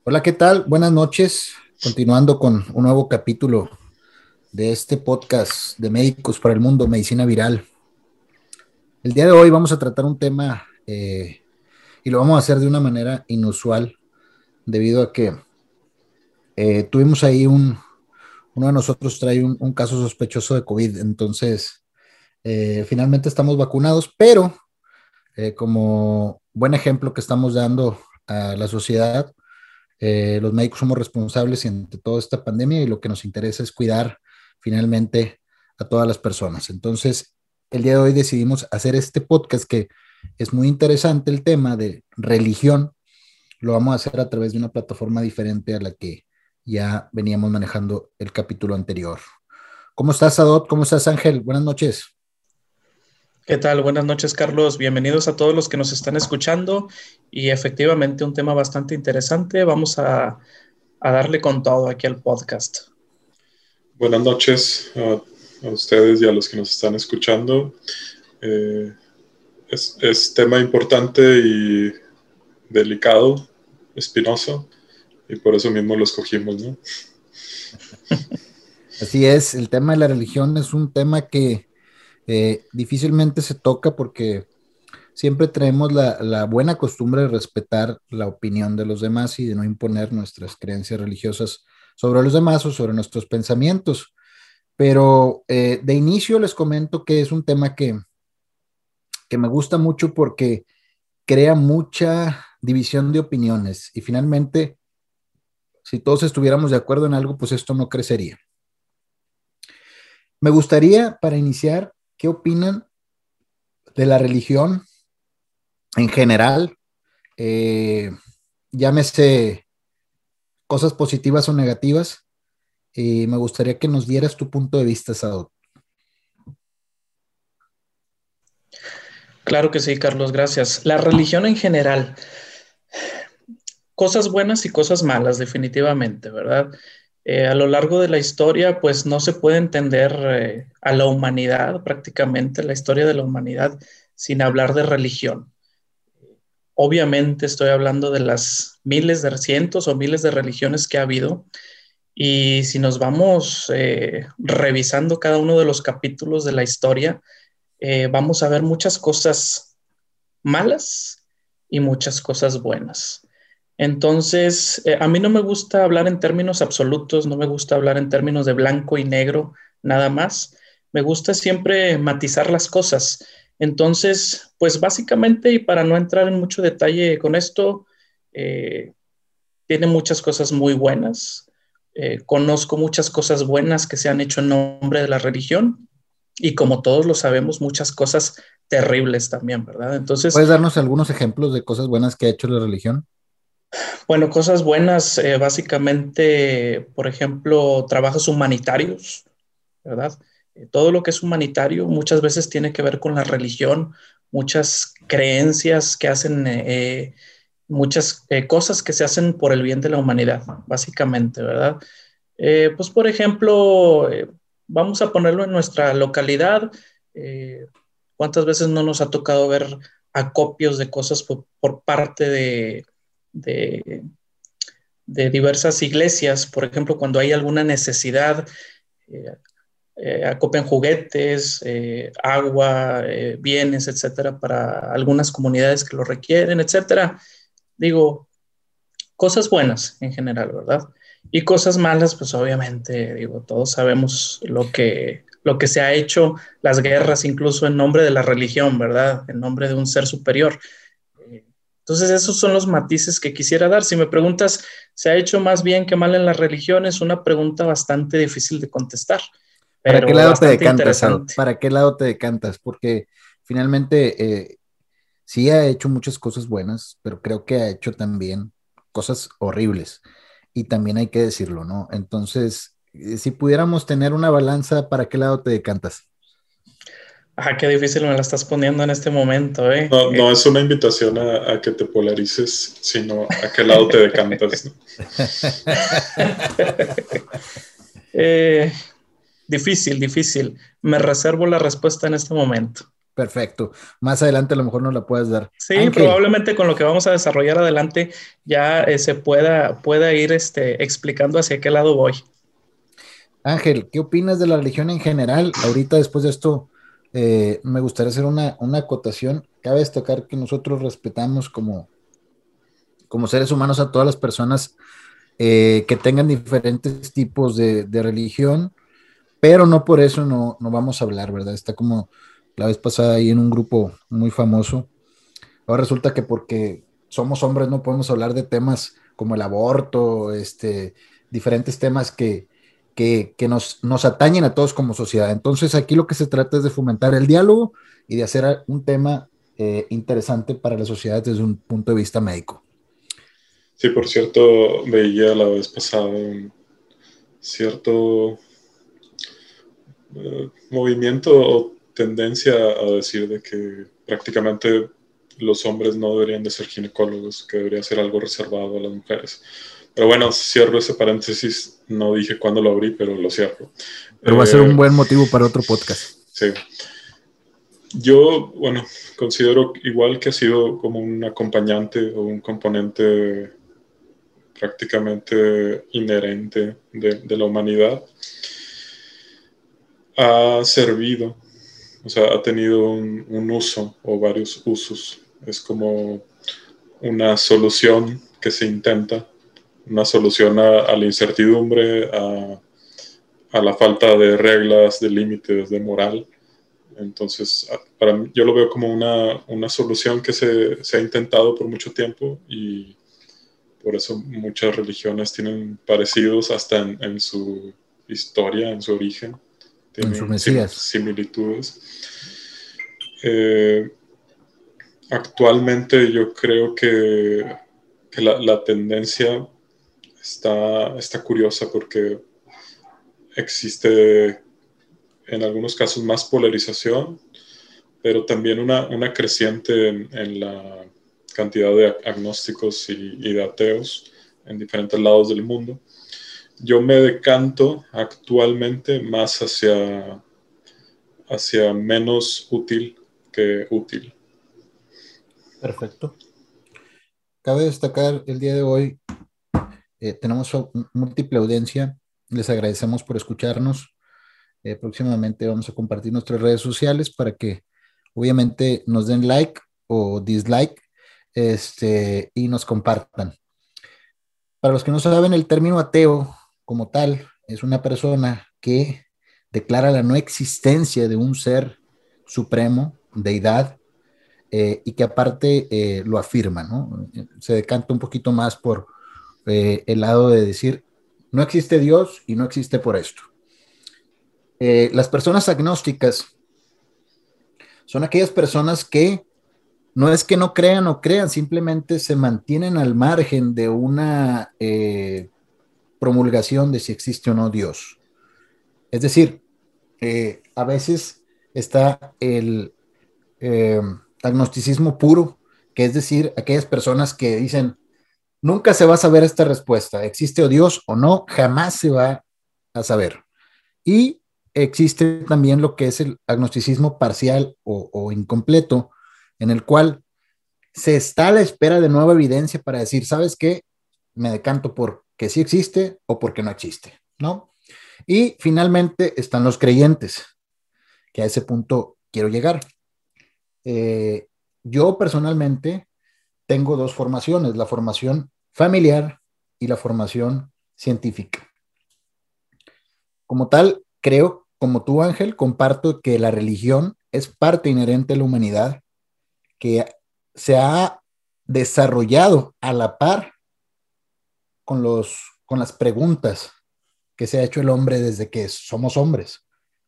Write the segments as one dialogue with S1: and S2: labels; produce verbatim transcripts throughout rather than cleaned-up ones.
S1: Hola, ¿qué tal? Buenas noches. Continuando con un nuevo capítulo de este podcast de Médicos para el Mundo, Medicina Viral. El día de hoy vamos a tratar un tema eh, y lo vamos a hacer de una manera inusual debido a que eh, tuvimos ahí un, uno de nosotros trae un, un caso sospechoso de COVID, entonces eh, finalmente estamos vacunados, pero eh, como buen ejemplo que estamos dando a la sociedad, Eh, los médicos somos responsables ante toda esta pandemia y lo que nos interesa es cuidar finalmente a todas las personas. Entonces, el día de hoy decidimos hacer este podcast que es muy interesante el tema de religión. Lo vamos a hacer a través de una plataforma diferente a la que ya veníamos manejando el capítulo anterior. ¿Cómo estás, Adot? ¿Cómo estás, Ángel? Buenas noches.
S2: ¿Qué tal? Buenas noches, Carlos. Bienvenidos a todos los que nos están escuchando y efectivamente un tema bastante interesante. Vamos a, a darle con todo aquí al podcast.
S3: Buenas noches a, a ustedes y a los que nos están escuchando. Eh, es, es tema importante y delicado, espinoso, y por eso mismo lo escogimos, ¿no?
S1: Así es, el tema de la religión es un tema que eh, difícilmente se toca porque siempre tenemos la, la buena costumbre de respetar la opinión de los demás y de no imponer nuestras creencias religiosas sobre los demás o sobre nuestros pensamientos. Pero eh, de inicio les comento que es un tema que, que me gusta mucho porque crea mucha división de opiniones y finalmente, si todos estuviéramos de acuerdo en algo, pues esto no crecería. Me gustaría, para iniciar, ¿qué opinan de la religión en general? Eh, llámese cosas positivas o negativas, y me gustaría que nos dieras tu punto de vista, Sado.
S2: Claro que sí, Carlos, gracias. La religión en general, cosas buenas y cosas malas, definitivamente, ¿verdad? Eh, a lo largo de la historia, pues no se puede entender eh, a la humanidad, prácticamente la historia de la humanidad, sin hablar de religión. Obviamente estoy hablando de las miles de cientos o miles de religiones que ha habido. Y si nos vamos eh, revisando cada uno de los capítulos de la historia, eh, vamos a ver muchas cosas malas y muchas cosas buenas. Entonces, eh, a mí no me gusta hablar en términos absolutos, no me gusta hablar en términos de blanco y negro, nada más. Me gusta siempre matizar las cosas. Entonces, pues básicamente, y para no entrar en mucho detalle con esto, eh, tiene muchas cosas muy buenas. Eh, conozco muchas cosas buenas que se han hecho en nombre de la religión y como todos lo sabemos, muchas cosas terribles también, ¿verdad? Entonces,
S1: ¿Puedes darnos algunos ejemplos de cosas buenas que ha hecho la religión?
S2: bueno, cosas buenas, eh, básicamente, por ejemplo, trabajos humanitarios, ¿verdad? Eh, todo lo que es humanitario muchas veces tiene que ver con la religión, muchas creencias que hacen, eh, muchas eh, cosas que se hacen por el bien de la humanidad, básicamente, ¿verdad? Eh, pues, por ejemplo, eh, vamos a ponerlo en nuestra localidad. Eh, ¿Cuántas veces no nos ha tocado ver acopios de cosas por, por parte de, de, de, diversas iglesias? Por ejemplo, cuando hay alguna necesidad, eh, eh, acopian juguetes, eh, agua, eh, bienes, etcétera, para algunas comunidades que lo requieren, etcétera. Digo, cosas buenas en general, ¿verdad? Y cosas malas, pues obviamente, digo, todos sabemos lo que, lo que se ha hecho, las guerras incluso en nombre de la religión, ¿verdad? En nombre de un ser superior. Eh, Entonces, esos son los matices que quisiera dar. Si me preguntas, ¿se ha hecho más bien que mal en la religión? Es una pregunta bastante difícil de contestar,
S1: ¿Para qué
S2: pero
S1: lado te
S2: bastante
S1: decantas, Sado?
S2: interesante.
S1: ¿Para qué lado te decantas? Porque finalmente eh, sí ha hecho muchas cosas buenas, pero creo que ha hecho también cosas horribles. Y también hay que decirlo, ¿no? Entonces, eh, si pudiéramos tener una balanza, ¿para qué lado te decantas?
S2: Ah, qué difícil me la estás poniendo en este momento, ¿eh?
S3: No, no
S2: Eh,
S3: es una invitación a, a que te polarices, sino a qué lado te decantas, ¿no?
S2: eh, Difícil, difícil. Me reservo la respuesta en este momento.
S1: Perfecto. Más adelante a lo mejor nos la puedes dar.
S2: Sí,
S1: Ángel.
S2: Probablemente con lo que vamos a desarrollar adelante ya eh, se pueda, pueda ir este, explicando hacia qué lado voy.
S1: Ángel, ¿qué opinas de la religión en general? Ahorita después de esto eh, me gustaría hacer una, una acotación. Cabe destacar que nosotros respetamos como, como seres humanos a todas las personas eh, que tengan diferentes tipos de, de religión, pero no por eso no, no vamos a hablar, ¿verdad? Está como la vez pasada ahí en un grupo muy famoso. Ahora resulta que porque somos hombres no podemos hablar de temas como el aborto, este, diferentes temas que, que, que nos, nos atañen a todos como sociedad. Entonces aquí lo que se trata es de fomentar el diálogo y de hacer un tema eh, interesante para la sociedad desde un punto de vista médico.
S3: Sí, por cierto, veía la vez pasada un cierto uh, movimiento o tendencia a decir de que prácticamente los hombres no deberían de ser ginecólogos, que debería ser algo reservado a las mujeres. Pero bueno, cierro ese paréntesis, no dije cuándo lo abrí, pero lo cierro.
S1: Pero va a ser un buen motivo para otro podcast.
S3: Sí. Yo, bueno, considero igual que ha sido como un acompañante o un componente prácticamente inherente de, de la humanidad. Ha servido, o sea, ha tenido un, un uso o varios usos. Es como una solución que se intenta, una solución a, a la incertidumbre, a, a la falta de reglas, de límites, de moral. Entonces, para mí, yo lo veo como una, una solución que se, se ha intentado por mucho tiempo y por eso muchas religiones tienen parecidos hasta en, en su historia, en su origen. Tienen
S1: en su Mesías.
S3: similitudes. Eh, actualmente yo creo que, que la, la tendencia está, está curiosa porque existe en algunos casos más polarización, pero también una, una creciente en, en la cantidad de agnósticos y, y de ateos en diferentes lados del mundo. Yo me decanto actualmente más hacia, hacia menos útil que útil.
S1: Perfecto. Cabe destacar el día de hoy, eh, tenemos múltiple audiencia, les agradecemos por escucharnos. Eh, próximamente vamos a compartir nuestras redes sociales para que obviamente nos den like o dislike este, y nos compartan. Para los que no saben, el término ateo como tal es una persona que declara la no existencia de un ser supremo, deidad, eh, y que aparte eh, lo afirma, ¿no? Se decanta un poquito más por eh, el lado de decir, no existe Dios y no existe por esto. Eh, las personas agnósticas son aquellas personas que no es que no crean o crean, simplemente se mantienen al margen de una eh, promulgación de si existe o no Dios. Es decir, eh, a veces está el eh, agnosticismo puro, que es decir, aquellas personas que dicen, nunca se va a saber esta respuesta, existe o Dios o no, jamás se va a saber. Y existe también lo que es el agnosticismo parcial o, o incompleto, en el cual se está a la espera de nueva evidencia para decir, ¿sabes qué? Me decanto por que sí existe o porque no existe, ¿no? Y finalmente están los creyentes, que a ese punto quiero llegar. Eh, yo personalmente tengo dos formaciones, la formación familiar y la formación científica. Como tal, creo, como tú, Ángel, comparto que la religión es parte inherente de la humanidad, que se ha desarrollado a la par con, los, con las preguntas que se ha hecho el hombre desde que somos hombres.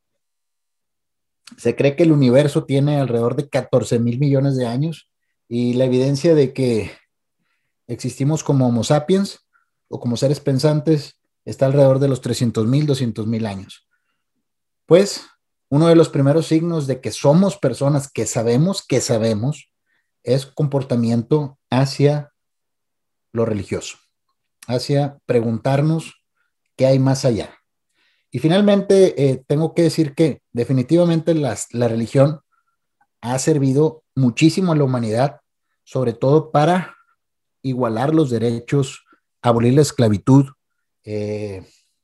S1: Se cree que el universo tiene alrededor de catorce mil millones de años y la evidencia de que existimos como Homo sapiens o como seres pensantes está alrededor de los trescientos mil, doscientos mil años. Pues uno de los primeros signos de que somos personas que sabemos que sabemos es comportamiento hacia lo religioso, hacia preguntarnos qué hay más allá. Y finalmente, eh, tengo que decir que definitivamente las, la religión ha servido muchísimo a la humanidad, sobre todo para igualar los derechos, abolir la esclavitud, eh,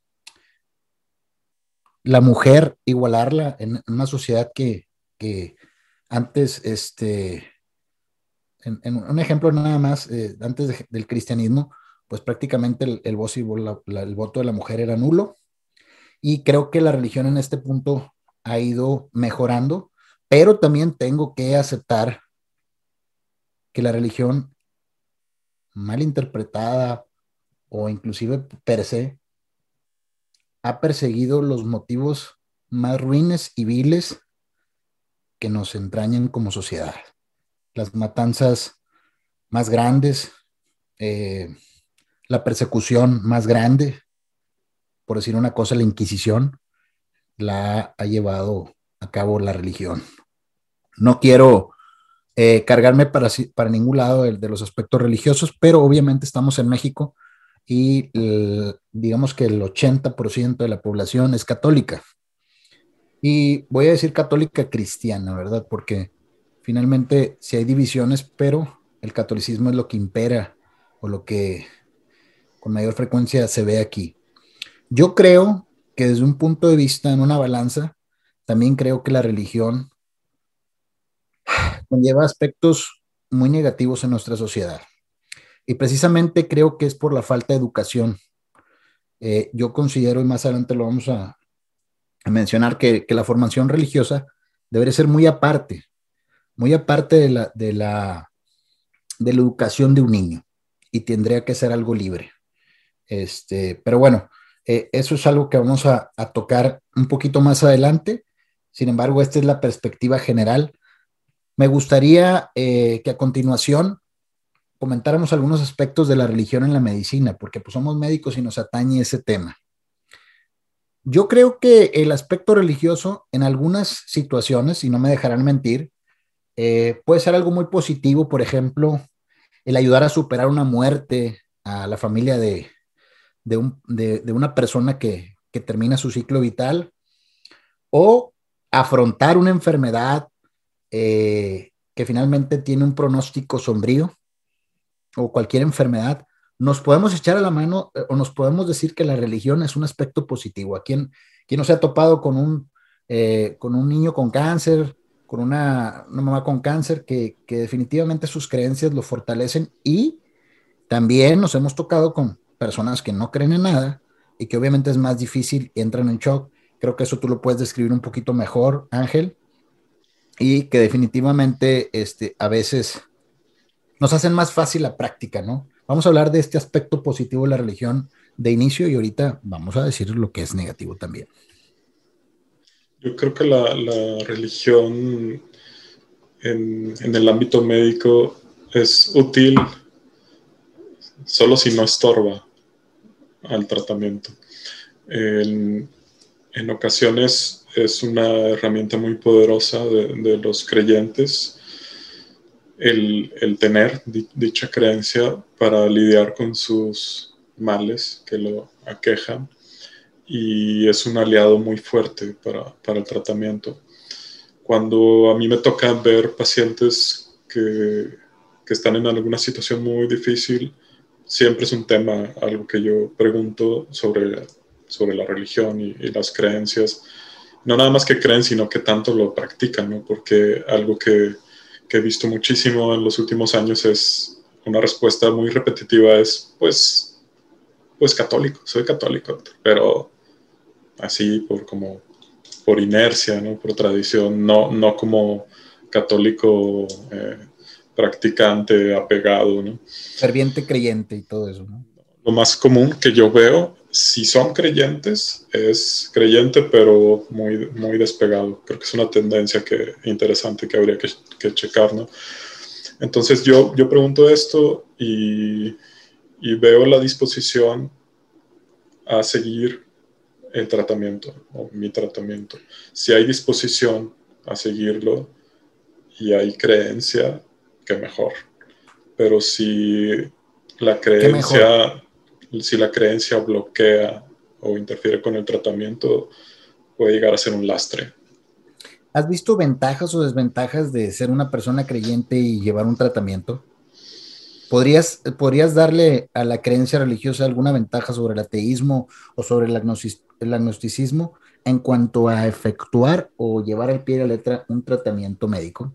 S1: la mujer, igualarla en una sociedad que, que antes, este, en, en un ejemplo nada más, eh, antes de, del cristianismo, pues prácticamente el, el, voto, la, la, el voto de la mujer era nulo, y creo que la religión en este punto ha ido mejorando, pero también tengo que aceptar que la religión mal interpretada o inclusive per se ha perseguido los motivos más ruines y viles que nos entrañan como sociedad. Las matanzas más grandes, eh, la persecución más grande, por decir una cosa, la Inquisición, la ha llevado a cabo la religión. No quiero eh, cargarme para, para ningún lado de, de los aspectos religiosos, pero obviamente estamos en México y el, digamos que el ochenta por ciento de la población es católica. Y voy a decir católica cristiana, ¿verdad? Porque finalmente sí hay divisiones, pero el catolicismo es lo que impera o lo que con mayor frecuencia se ve aquí. Yo creo que desde un punto de vista en una balanza, también creo que la religión conlleva aspectos muy negativos en nuestra sociedad. Y precisamente creo que es por la falta de educación. Eh, yo considero, y más adelante lo vamos a, a mencionar, que, que la formación religiosa debería ser muy aparte, muy aparte de la, de la, de la educación de un niño, y tendría que ser algo libre. Este, pero bueno, eh, eso es algo que vamos a, a tocar un poquito más adelante. Sin embargo, esta es la perspectiva general. Me gustaría eh, que a continuación comentáramos algunos aspectos de la religión en la medicina, porque pues somos médicos y nos atañe ese tema. Yo creo que el aspecto religioso en algunas situaciones, y no me dejarán mentir, eh, puede ser algo muy positivo. Por ejemplo, el ayudar a superar una muerte a la familia de, de, un, de, de una persona que, que termina su ciclo vital, o afrontar una enfermedad eh, que finalmente tiene un pronóstico sombrío, o cualquier enfermedad. Nos podemos echar a la mano eh, o nos podemos decir que la religión es un aspecto positivo. ¿A quién, quién no se ha topado con un, eh, con un niño con cáncer, con una, una mamá con cáncer, que, que definitivamente sus creencias lo fortalecen? Y también nos hemos tocado con personas que no creen en nada y que obviamente es más difícil y entran en shock. Creo que eso tú lo puedes describir un poquito mejor, Ángel, y que definitivamente este, a veces nos hacen más fácil la práctica, ¿no? Vamos a hablar de este aspecto positivo de la religión de inicio, y ahorita vamos a decir lo que es negativo también.
S3: Yo creo que la, la religión en, en el ámbito médico es útil solo si no estorba al tratamiento. En, en ocasiones es una herramienta muy poderosa de, de los creyentes el, el tener di, dicha creencia para lidiar con sus males que lo aquejan, y es un aliado muy fuerte para, para el tratamiento. Cuando a mí me toca ver pacientes que, que están en alguna situación muy difícil, siempre es un tema, algo que yo pregunto sobre, sobre la religión y, y las creencias. No nada más que creen, sino que tanto lo practican, ¿no? Porque algo que, que he visto muchísimo en los últimos años es una respuesta muy repetitiva, es pues, pues católico, soy católico, pero así por como por inercia, ¿no? Por tradición, no, no como católico eh, practicante, apegado, ¿no?
S1: Ferviente creyente y todo eso, ¿no?
S3: Lo más común que yo veo, si son creyentes, es creyente pero muy, muy despegado. Creo que es una tendencia que, interesante que habría que, que checar, ¿no? Entonces yo, yo pregunto esto y, y veo la disposición a seguir el tratamiento o mi tratamiento. Si hay disposición a seguirlo y hay creencia, que mejor. Pero si la creencia, si la creencia bloquea o interfiere con el tratamiento, puede llegar a ser un lastre.
S1: ¿Has visto ventajas o desventajas de ser una persona creyente y llevar un tratamiento? ¿Podrías, podrías darle a la creencia religiosa alguna ventaja sobre el ateísmo o sobre el, agnosis- el agnosticismo en cuanto a efectuar o llevar al pie de la letra un tratamiento médico?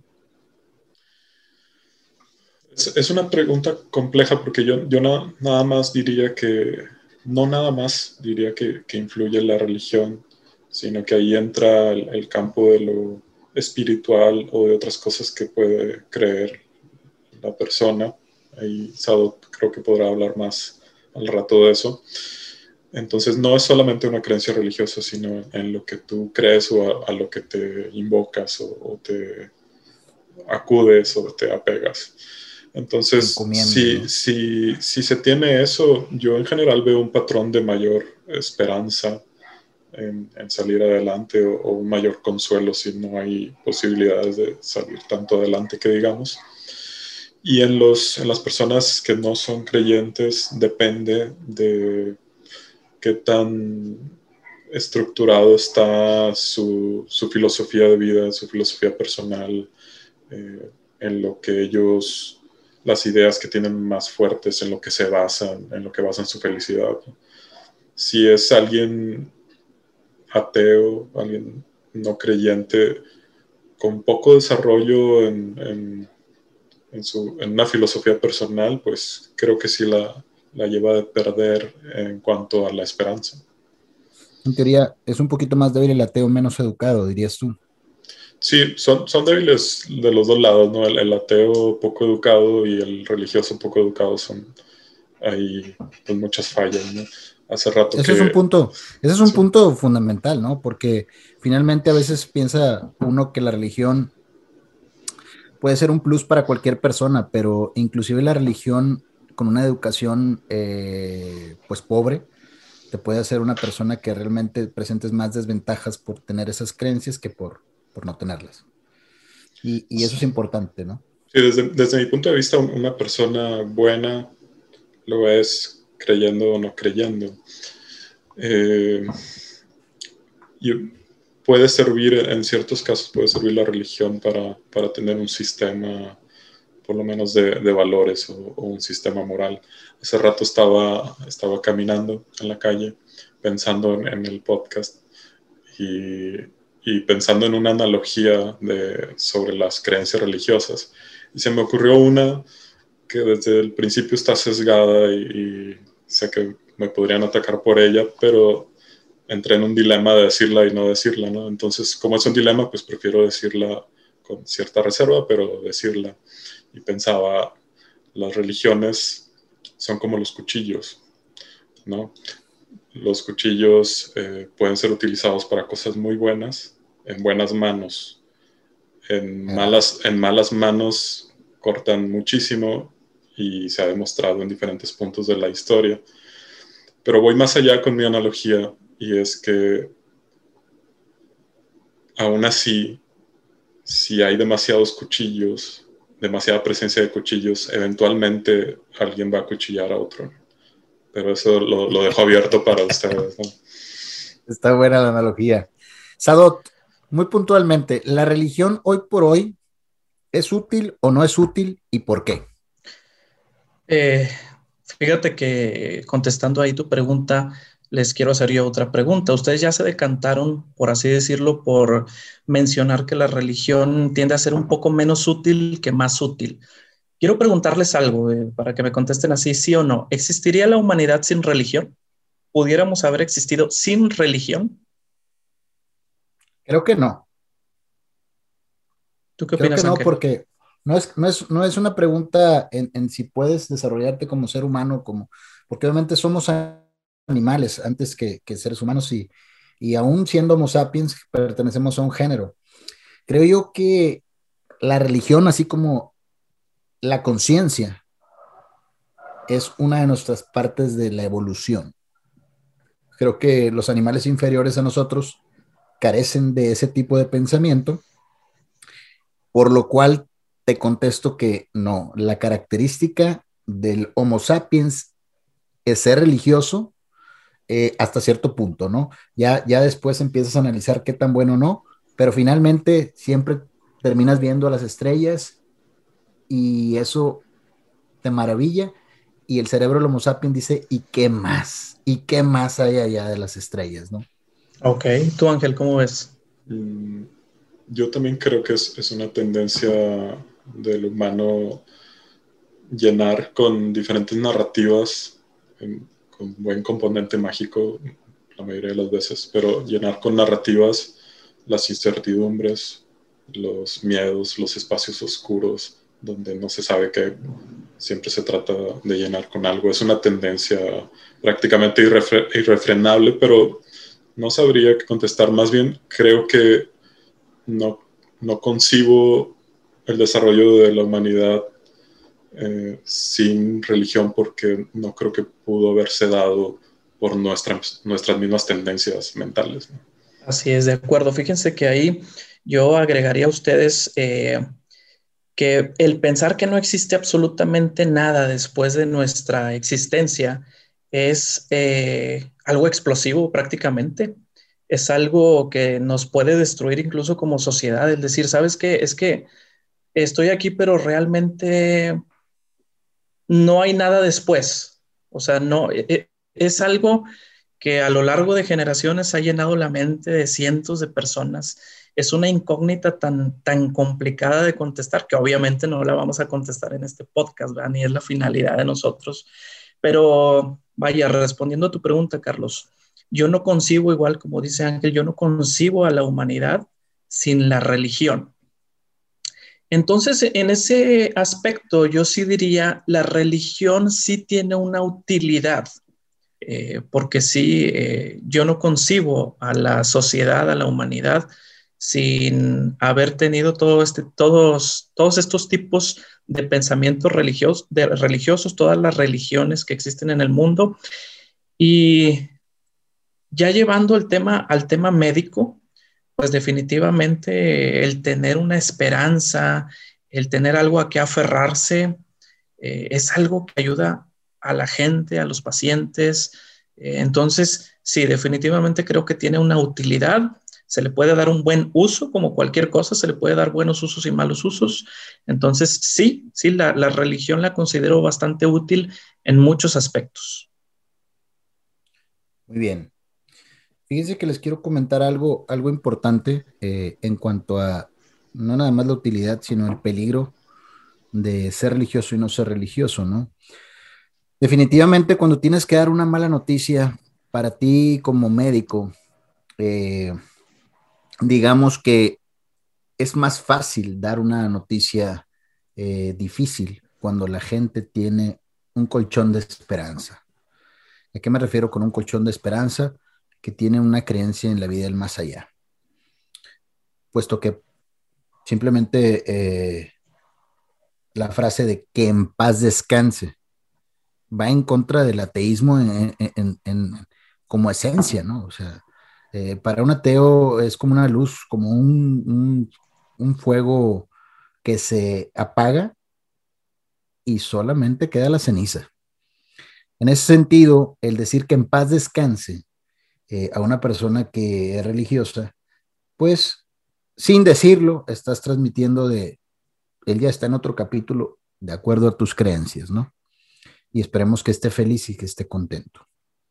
S3: Es, es una pregunta compleja porque yo, yo na- nada más diría que, no nada más diría que, que influye la religión, sino que ahí entra el, el campo de lo espiritual o de otras cosas que puede creer la persona. Ahí Sadot creo que podrá hablar más al rato de eso. Entonces no es solamente una creencia religiosa, sino en lo que tú crees o a, a lo que te invocas o, o te acudes o te apegas. Entonces,
S1: Encomiendas,
S3: si,
S1: ¿no?
S3: si, si se tiene eso, yo en general veo un patrón de mayor esperanza en, en salir adelante o, o un mayor consuelo si no hay posibilidades de salir tanto adelante que digamos. Y en, los, en las personas que no son creyentes depende de qué tan estructurado está su, su filosofía de vida, su filosofía personal, eh, en lo que ellos, las ideas que tienen más fuertes, en lo que se basan, en lo que basan su felicidad. Si es alguien ateo, alguien no creyente, con poco desarrollo en, en, en, su, en una filosofía personal, pues creo que sí la, la lleva a perder en cuanto a la esperanza.
S1: En teoría, es un poquito más débil el ateo, menos educado, dirías tú.
S3: Sí, son, son débiles de los dos lados, ¿no? El, el ateo poco educado y el religioso poco educado son ahí pues, muchas fallas, ¿no? Hace rato
S1: Ese es un
S3: que...
S1: punto, ese es un
S3: Sí,
S1: punto fundamental, ¿no? Porque finalmente a veces piensa uno que la religión puede ser un plus para cualquier persona, pero inclusive la religión con una educación eh, pues pobre te puede hacer una persona que realmente presentes más desventajas por tener esas creencias que por, por no tenerlas. Y, y eso es importante, ¿no?
S3: sí desde, desde mi punto de vista, una persona buena lo es creyendo o no creyendo. Eh, y puede servir, en ciertos casos, puede servir la religión para, para tener un sistema, por lo menos, de, de valores o, o, un sistema moral. Hace rato estaba, estaba caminando en la calle pensando en, en el podcast y, y, pensando en una analogía de, sobre las creencias religiosas. Y se me ocurrió una que desde el principio está sesgada y, y sé que me podrían atacar por ella, pero entré en un dilema de decirla y no decirla, ¿no? Entonces, como es un dilema, pues prefiero decirla con cierta reserva, pero decirla. Y pensaba, las religiones son como los cuchillos, ¿no? Los cuchillos eh, pueden ser utilizados para cosas muy buenas, en buenas manos. En
S1: Yeah.
S3: malas, en malas manos cortan muchísimo y se ha demostrado en diferentes puntos de la historia. Pero voy más allá con mi analogía y es que aún así, si hay demasiados cuchillos, demasiada presencia de cuchillos, eventualmente alguien va a cuchillar a otro. Pero eso lo, lo dejo abierto para ustedes, ¿no?
S1: Está buena la analogía. Sadot, muy puntualmente, ¿la religión hoy por hoy es útil o no es útil y por qué?
S2: Eh, fíjate que contestando ahí tu pregunta, les quiero hacer yo otra pregunta. Ustedes ya se decantaron, por así decirlo, por mencionar que la religión tiende a ser un poco menos útil que más útil. Quiero preguntarles algo eh, para que me contesten así, sí o no. ¿Existiría la humanidad sin religión? ¿Pudiéramos haber existido sin religión?
S1: Creo que no.
S2: ¿Tú qué
S1: Creo que
S2: opinas,
S1: no,
S2: Ángel?
S1: porque no es, no es, no es una pregunta en, en si puedes desarrollarte como ser humano, como, porque obviamente somos animales antes que, que seres humanos y, y aún siendo Homo sapiens pertenecemos a un género. Creo yo que la religión, así como la conciencia, es una de nuestras partes de la evolución. Creo que los animales inferiores a nosotros carecen de ese tipo de pensamiento, por lo cual te contesto que no, la característica del Homo sapiens es ser religioso eh, hasta cierto punto, ¿no? Ya, ya después empiezas a analizar qué tan bueno o no, pero finalmente siempre terminas viendo las estrellas y eso te maravilla y el cerebro del Homo sapiens dice, ¿y qué más? ¿Y qué más hay allá de las estrellas, no?
S2: Ok, tú Ángel, ¿cómo ves?
S3: Mm, yo también creo que es, es una tendencia del humano llenar con diferentes narrativas, en, con buen componente mágico la mayoría de las veces, pero llenar con narrativas las incertidumbres, los miedos, los espacios oscuros, donde no se sabe qué, siempre se trata de llenar con algo. Es una tendencia prácticamente irrefre irrefrenable, pero no sabría qué contestar. Más bien, creo que no, no concibo el desarrollo de la humanidad eh, sin religión, porque no creo que pudo haberse dado por nuestras, nuestras mismas tendencias mentales, ¿no?
S2: Así es, de acuerdo. Fíjense que ahí yo agregaría a ustedes eh, que el pensar que no existe absolutamente nada después de nuestra existencia es eh, algo explosivo prácticamente. Es algo que nos puede destruir incluso como sociedad. Es decir, ¿sabes qué? Es que estoy aquí, pero realmente no hay nada después. O sea, no, e, e, es algo que a lo largo de generaciones ha llenado la mente de cientos de personas. Es una incógnita tan, tan complicada de contestar que obviamente no la vamos a contestar en este podcast, ¿verdad? Ni es la finalidad de nosotros. Pero vaya, respondiendo a tu pregunta, Carlos, yo no concibo, igual como dice Ángel, yo no concibo a la humanidad sin la religión. Entonces, en ese aspecto, yo sí diría, la religión sí tiene una utilidad, eh, porque sí, eh, yo no concibo a la sociedad, a la humanidad, sin haber tenido todo este, todos, todos estos tipos de pensamientos religiosos, de religiosos, todas las religiones que existen en el mundo. Y ya llevando el tema al tema médico, pues definitivamente el tener una esperanza, el tener algo a que aferrarse, eh, es algo que ayuda a la gente, a los pacientes. Eh, entonces, sí, definitivamente creo que tiene una utilidad. Se le puede dar un buen uso, como cualquier cosa, se le puede dar buenos usos y malos usos. Entonces, sí, sí, la, la religión la considero bastante útil en muchos aspectos.
S1: Muy bien. Fíjense que les quiero comentar algo, algo importante eh, en cuanto a no nada más la utilidad, sino el peligro de ser religioso y no ser religioso, ¿no? Definitivamente cuando tienes que dar una mala noticia para ti como médico, eh, digamos que es más fácil dar una noticia eh, difícil cuando la gente tiene un colchón de esperanza. ¿A qué me refiero con un colchón de esperanza? Que tiene una creencia en la vida del más allá, puesto que simplemente eh, la frase de que en paz descanse va en contra del ateísmo en, en, en, en, como esencia, ¿no? O sea, eh, para un ateo es como una luz, como un, un, un fuego que se apaga y solamente queda la ceniza. En ese sentido, el decir que en paz descanse eh, a una persona que es religiosa, pues sin decirlo, estás transmitiendo de, él ya está en otro capítulo de acuerdo a tus creencias, ¿no? Y esperemos que esté feliz y que esté contento.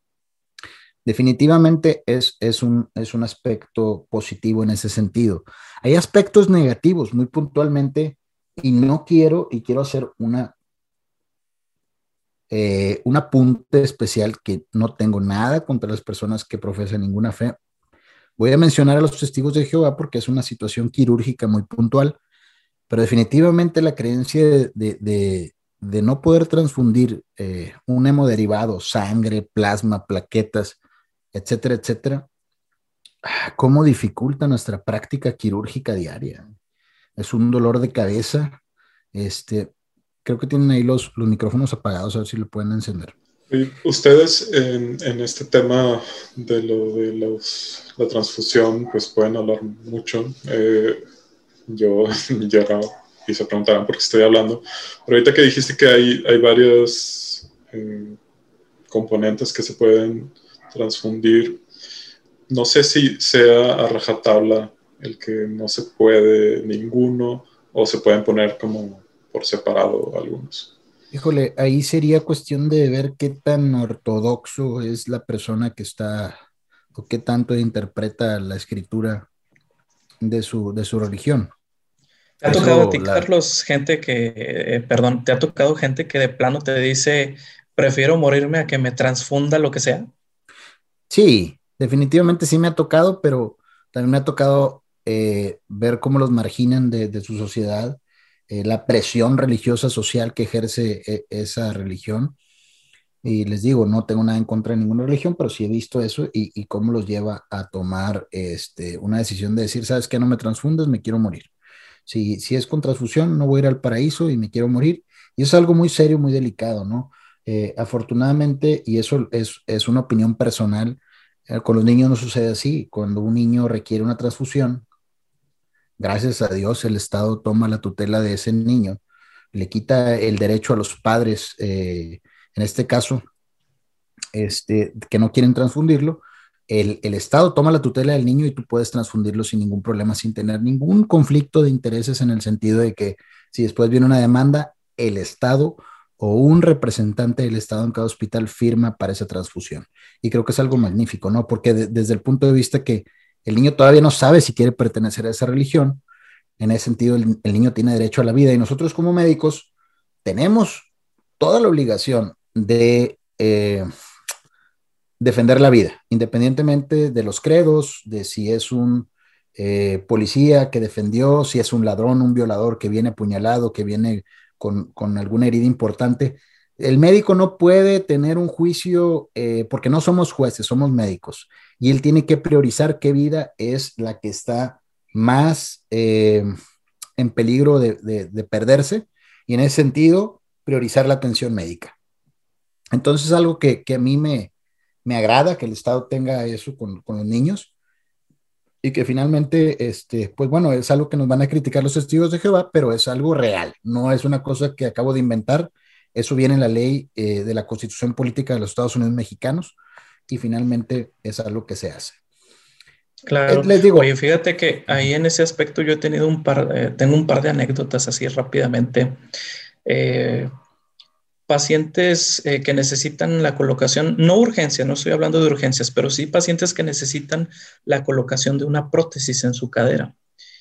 S1: Definitivamente es, es, un, es un aspecto positivo en ese sentido. Hay aspectos negativos muy puntualmente y no quiero, y quiero hacer una, eh, un apunte especial que no tengo nada contra las personas que profesan ninguna fe. Voy a mencionar a los testigos de Jehová porque es una situación quirúrgica muy puntual, pero definitivamente la creencia de, de, de, de no poder transfundir eh, un hemoderivado, sangre, plasma, plaquetas, etcétera, etcétera, cómo dificulta nuestra práctica quirúrgica diaria. Es un dolor de cabeza. Este, creo que tienen ahí los, los micrófonos apagados, a ver si lo pueden encender.
S3: Y ustedes en, en este tema de lo de los, la transfusión, pues pueden hablar mucho. Eh, yo ya no, y se preguntarán por qué estoy hablando, pero ahorita que dijiste que hay, hay varios eh, componentes que se pueden transfundir, no sé si sea a rajatabla el que no se puede ninguno o se pueden poner como por separado algunos?
S1: Híjole, ahí sería cuestión de ver qué tan ortodoxo es la persona que está o qué tanto interpreta la escritura de su, de su religión.
S2: ¿Te ha tocado a
S1: Eso,
S2: ti,
S1: la,
S2: Carlos, gente que, eh, perdón, te ha tocado gente que de plano te dice, prefiero morirme a que me transfunda lo que sea?
S1: sí, definitivamente sí me ha tocado, pero también me ha tocado eh, ver cómo los marginan de, de su sociedad, eh, la presión religiosa social que ejerce eh, esa religión. Y les digo, no tengo nada en contra de ninguna religión, pero sí he visto eso y, y cómo los lleva a tomar este, una decisión de decir, ¿sabes qué? No me transfundes, me quiero morir. Si, si es con transfusión, no voy a ir al paraíso y me quiero morir. Y es algo muy serio, muy delicado, ¿no? Eh, afortunadamente, y eso es, es una opinión personal, eh, con los niños no sucede así. Cuando un niño requiere una transfusión, gracias a Dios, el Estado toma la tutela de ese niño, le quita el derecho a los padres, eh, en este caso, este, que no quieren transfundirlo. El, el Estado toma la tutela del niño y tú puedes transfundirlo sin ningún problema, sin tener ningún conflicto de intereses, en el sentido de que si después viene una demanda, el Estado o un representante del Estado en cada hospital firma para esa transfusión. Y creo que es algo magnífico, ¿no? Porque de, desde el punto de vista que el niño todavía no sabe si quiere pertenecer a esa religión, en ese sentido el, el niño tiene derecho a la vida y nosotros como médicos tenemos toda la obligación de eh, defender la vida, independientemente de los credos, de si es un eh, policía que defendió, si es un ladrón, un violador que viene apuñalado, que viene con, con alguna herida importante. El médico no puede tener un juicio eh, porque no somos jueces, somos médicos. Y él tiene que priorizar qué vida es la que está más eh, en peligro de, de, de perderse. Y en ese sentido, priorizar la atención médica. Entonces, es algo que, que a mí me, me agrada que el Estado tenga eso con, con los niños y que finalmente, este, pues bueno, es algo que nos van a criticar los testigos de Jehová, pero es algo real, no es una cosa que acabo de inventar, eso viene en la ley eh, de la Constitución Política de los Estados Unidos Mexicanos y finalmente es algo que se hace. Eh,
S2: Claro.
S1: les digo,
S2: Oye, fíjate que ahí en ese aspecto yo he tenido un par, eh, tengo un par de anécdotas así rápidamente. Eh, pacientes eh, que necesitan la colocación, no urgencia, no estoy hablando de urgencias, pero sí pacientes que necesitan la colocación de una prótesis en su cadera.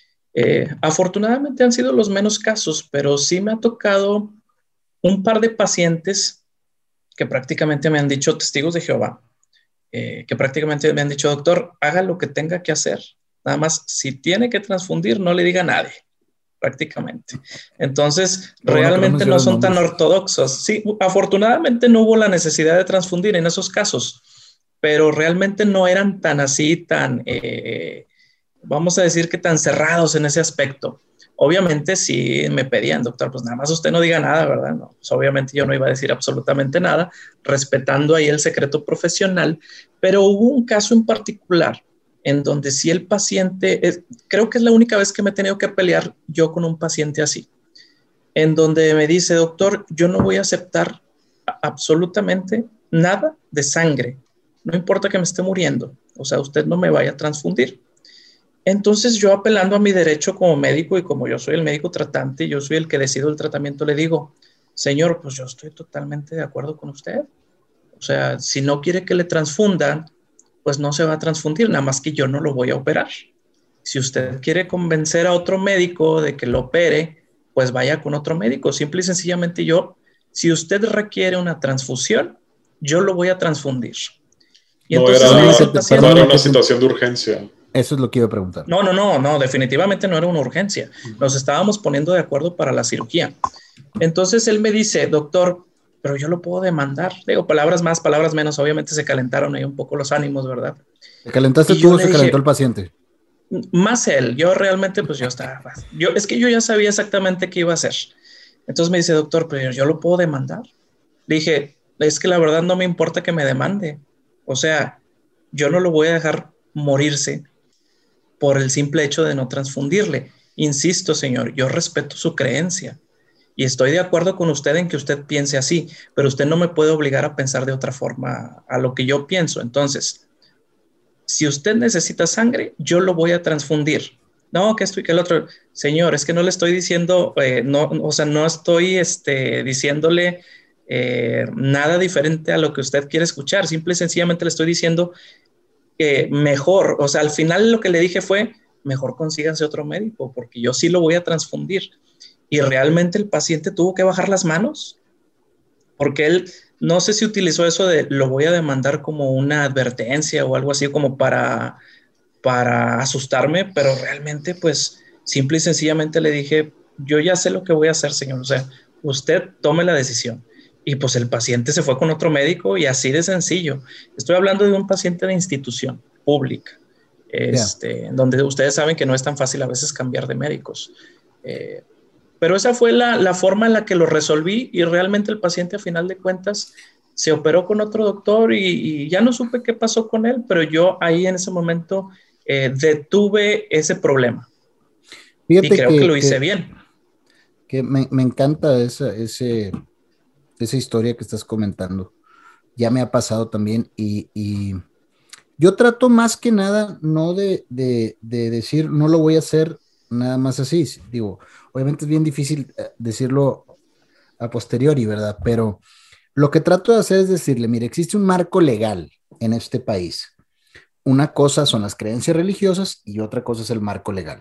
S2: Eh, afortunadamente han sido los menos casos, pero sí me ha tocado un par de pacientes que prácticamente me han dicho, testigos de Jehová, eh, que prácticamente me han dicho, doctor, haga lo que tenga que hacer. Nada más, si tiene que transfundir, no le diga a nadie, prácticamente. Entonces,
S1: bueno,
S2: realmente
S1: no
S2: no son
S1: nombres.
S2: tan ortodoxos. Sí, afortunadamente no hubo la necesidad de transfundir en esos casos, pero realmente no eran tan así, tan, eh, vamos a decir que tan cerrados en ese aspecto. Obviamente sí me pedían, doctor, pues nada más usted no diga nada, ¿verdad? No, pues obviamente yo no iba a decir absolutamente nada, respetando ahí el secreto profesional, pero hubo un caso en particular en donde sí el paciente, es, creo que es la única vez que me he tenido que pelear yo con un paciente así, en donde me dice, doctor, yo no voy a aceptar absolutamente nada de sangre, no importa que me esté muriendo, o sea, usted no me vaya a transfundir. Entonces yo, apelando a mi derecho como médico y como yo soy el médico tratante, yo soy el que decido el tratamiento, le digo, señor, pues yo estoy totalmente de acuerdo con usted. O sea, si no quiere que le transfundan, pues no se va a transfundir, nada más que yo no lo voy a operar. Si usted quiere convencer a otro médico de que lo opere, pues vaya con otro médico. Simple y sencillamente yo, si usted requiere una transfusión, yo lo voy a transfundir. Y
S3: no
S2: entonces
S3: era,
S2: me dice el
S3: no
S2: paciente,
S3: era una situación de urgencia.
S1: Eso es lo que iba a preguntar.
S2: No, no, no, no, definitivamente no era una urgencia. Nos estábamos poniendo de acuerdo para la cirugía. Entonces él me dice, doctor, pero yo lo puedo demandar. Digo, palabras más, palabras menos, obviamente se calentaron ahí un poco los ánimos, ¿verdad?
S1: ¿Te calentaste
S2: Y
S1: tú o
S2: le
S1: se
S2: dije,
S1: calentó el paciente?
S2: Más él, yo realmente, pues yo estaba, yo, es que yo ya sabía exactamente qué iba a hacer. Entonces me dice, doctor, pero yo lo puedo demandar. Le dije, es que la verdad no me importa que me demande. O sea, yo no lo voy a dejar morirse por el simple hecho de no transfundirle. Insisto, señor, yo respeto su creencia y estoy de acuerdo con usted en que usted piense así, pero usted no me puede obligar a pensar de otra forma a lo que yo pienso. Entonces, si usted necesita sangre, yo lo voy a transfundir, no, que esto y que el otro. Señor, es que no le estoy diciendo, eh, no, o sea, no estoy este, diciéndole eh, nada diferente a lo que usted quiere escuchar. Simple y sencillamente le estoy diciendo que mejor, o sea, al final lo que le dije fue, mejor consíganse otro médico, porque yo sí lo voy a transfundir. Y realmente el paciente tuvo que bajar las manos, porque él, no sé si utilizó eso de lo voy a demandar como una advertencia o algo así como para para asustarme, pero realmente pues simple y sencillamente le dije, yo ya sé lo que voy a hacer, señor, o sea, usted tome la decisión. Y pues el paciente se fue con otro médico y así de sencillo. Estoy hablando de un paciente de institución pública,
S1: Ya.
S2: este, donde ustedes saben que no es tan fácil a veces cambiar de médicos. Eh, pero esa fue la, la forma en la que lo resolví y realmente el paciente a final de cuentas se operó con otro doctor y, y ya no supe qué pasó con él, pero yo ahí en ese momento eh, detuve ese problema y
S1: Fíjate
S2: creo que
S1: que,
S2: lo hice
S1: que,
S2: bien.
S1: que me, me encanta esa, ese, esa historia que estás comentando. Ya me ha pasado también y, y yo trato más que nada no de, de, de decir no lo voy a hacer nada más así. Digo, obviamente es bien difícil eh, decirlo a posteriori, ¿verdad? Pero lo que trato de hacer es decirle, mire, existe un marco legal en este país. Una cosa son las creencias religiosas y otra cosa es el marco legal.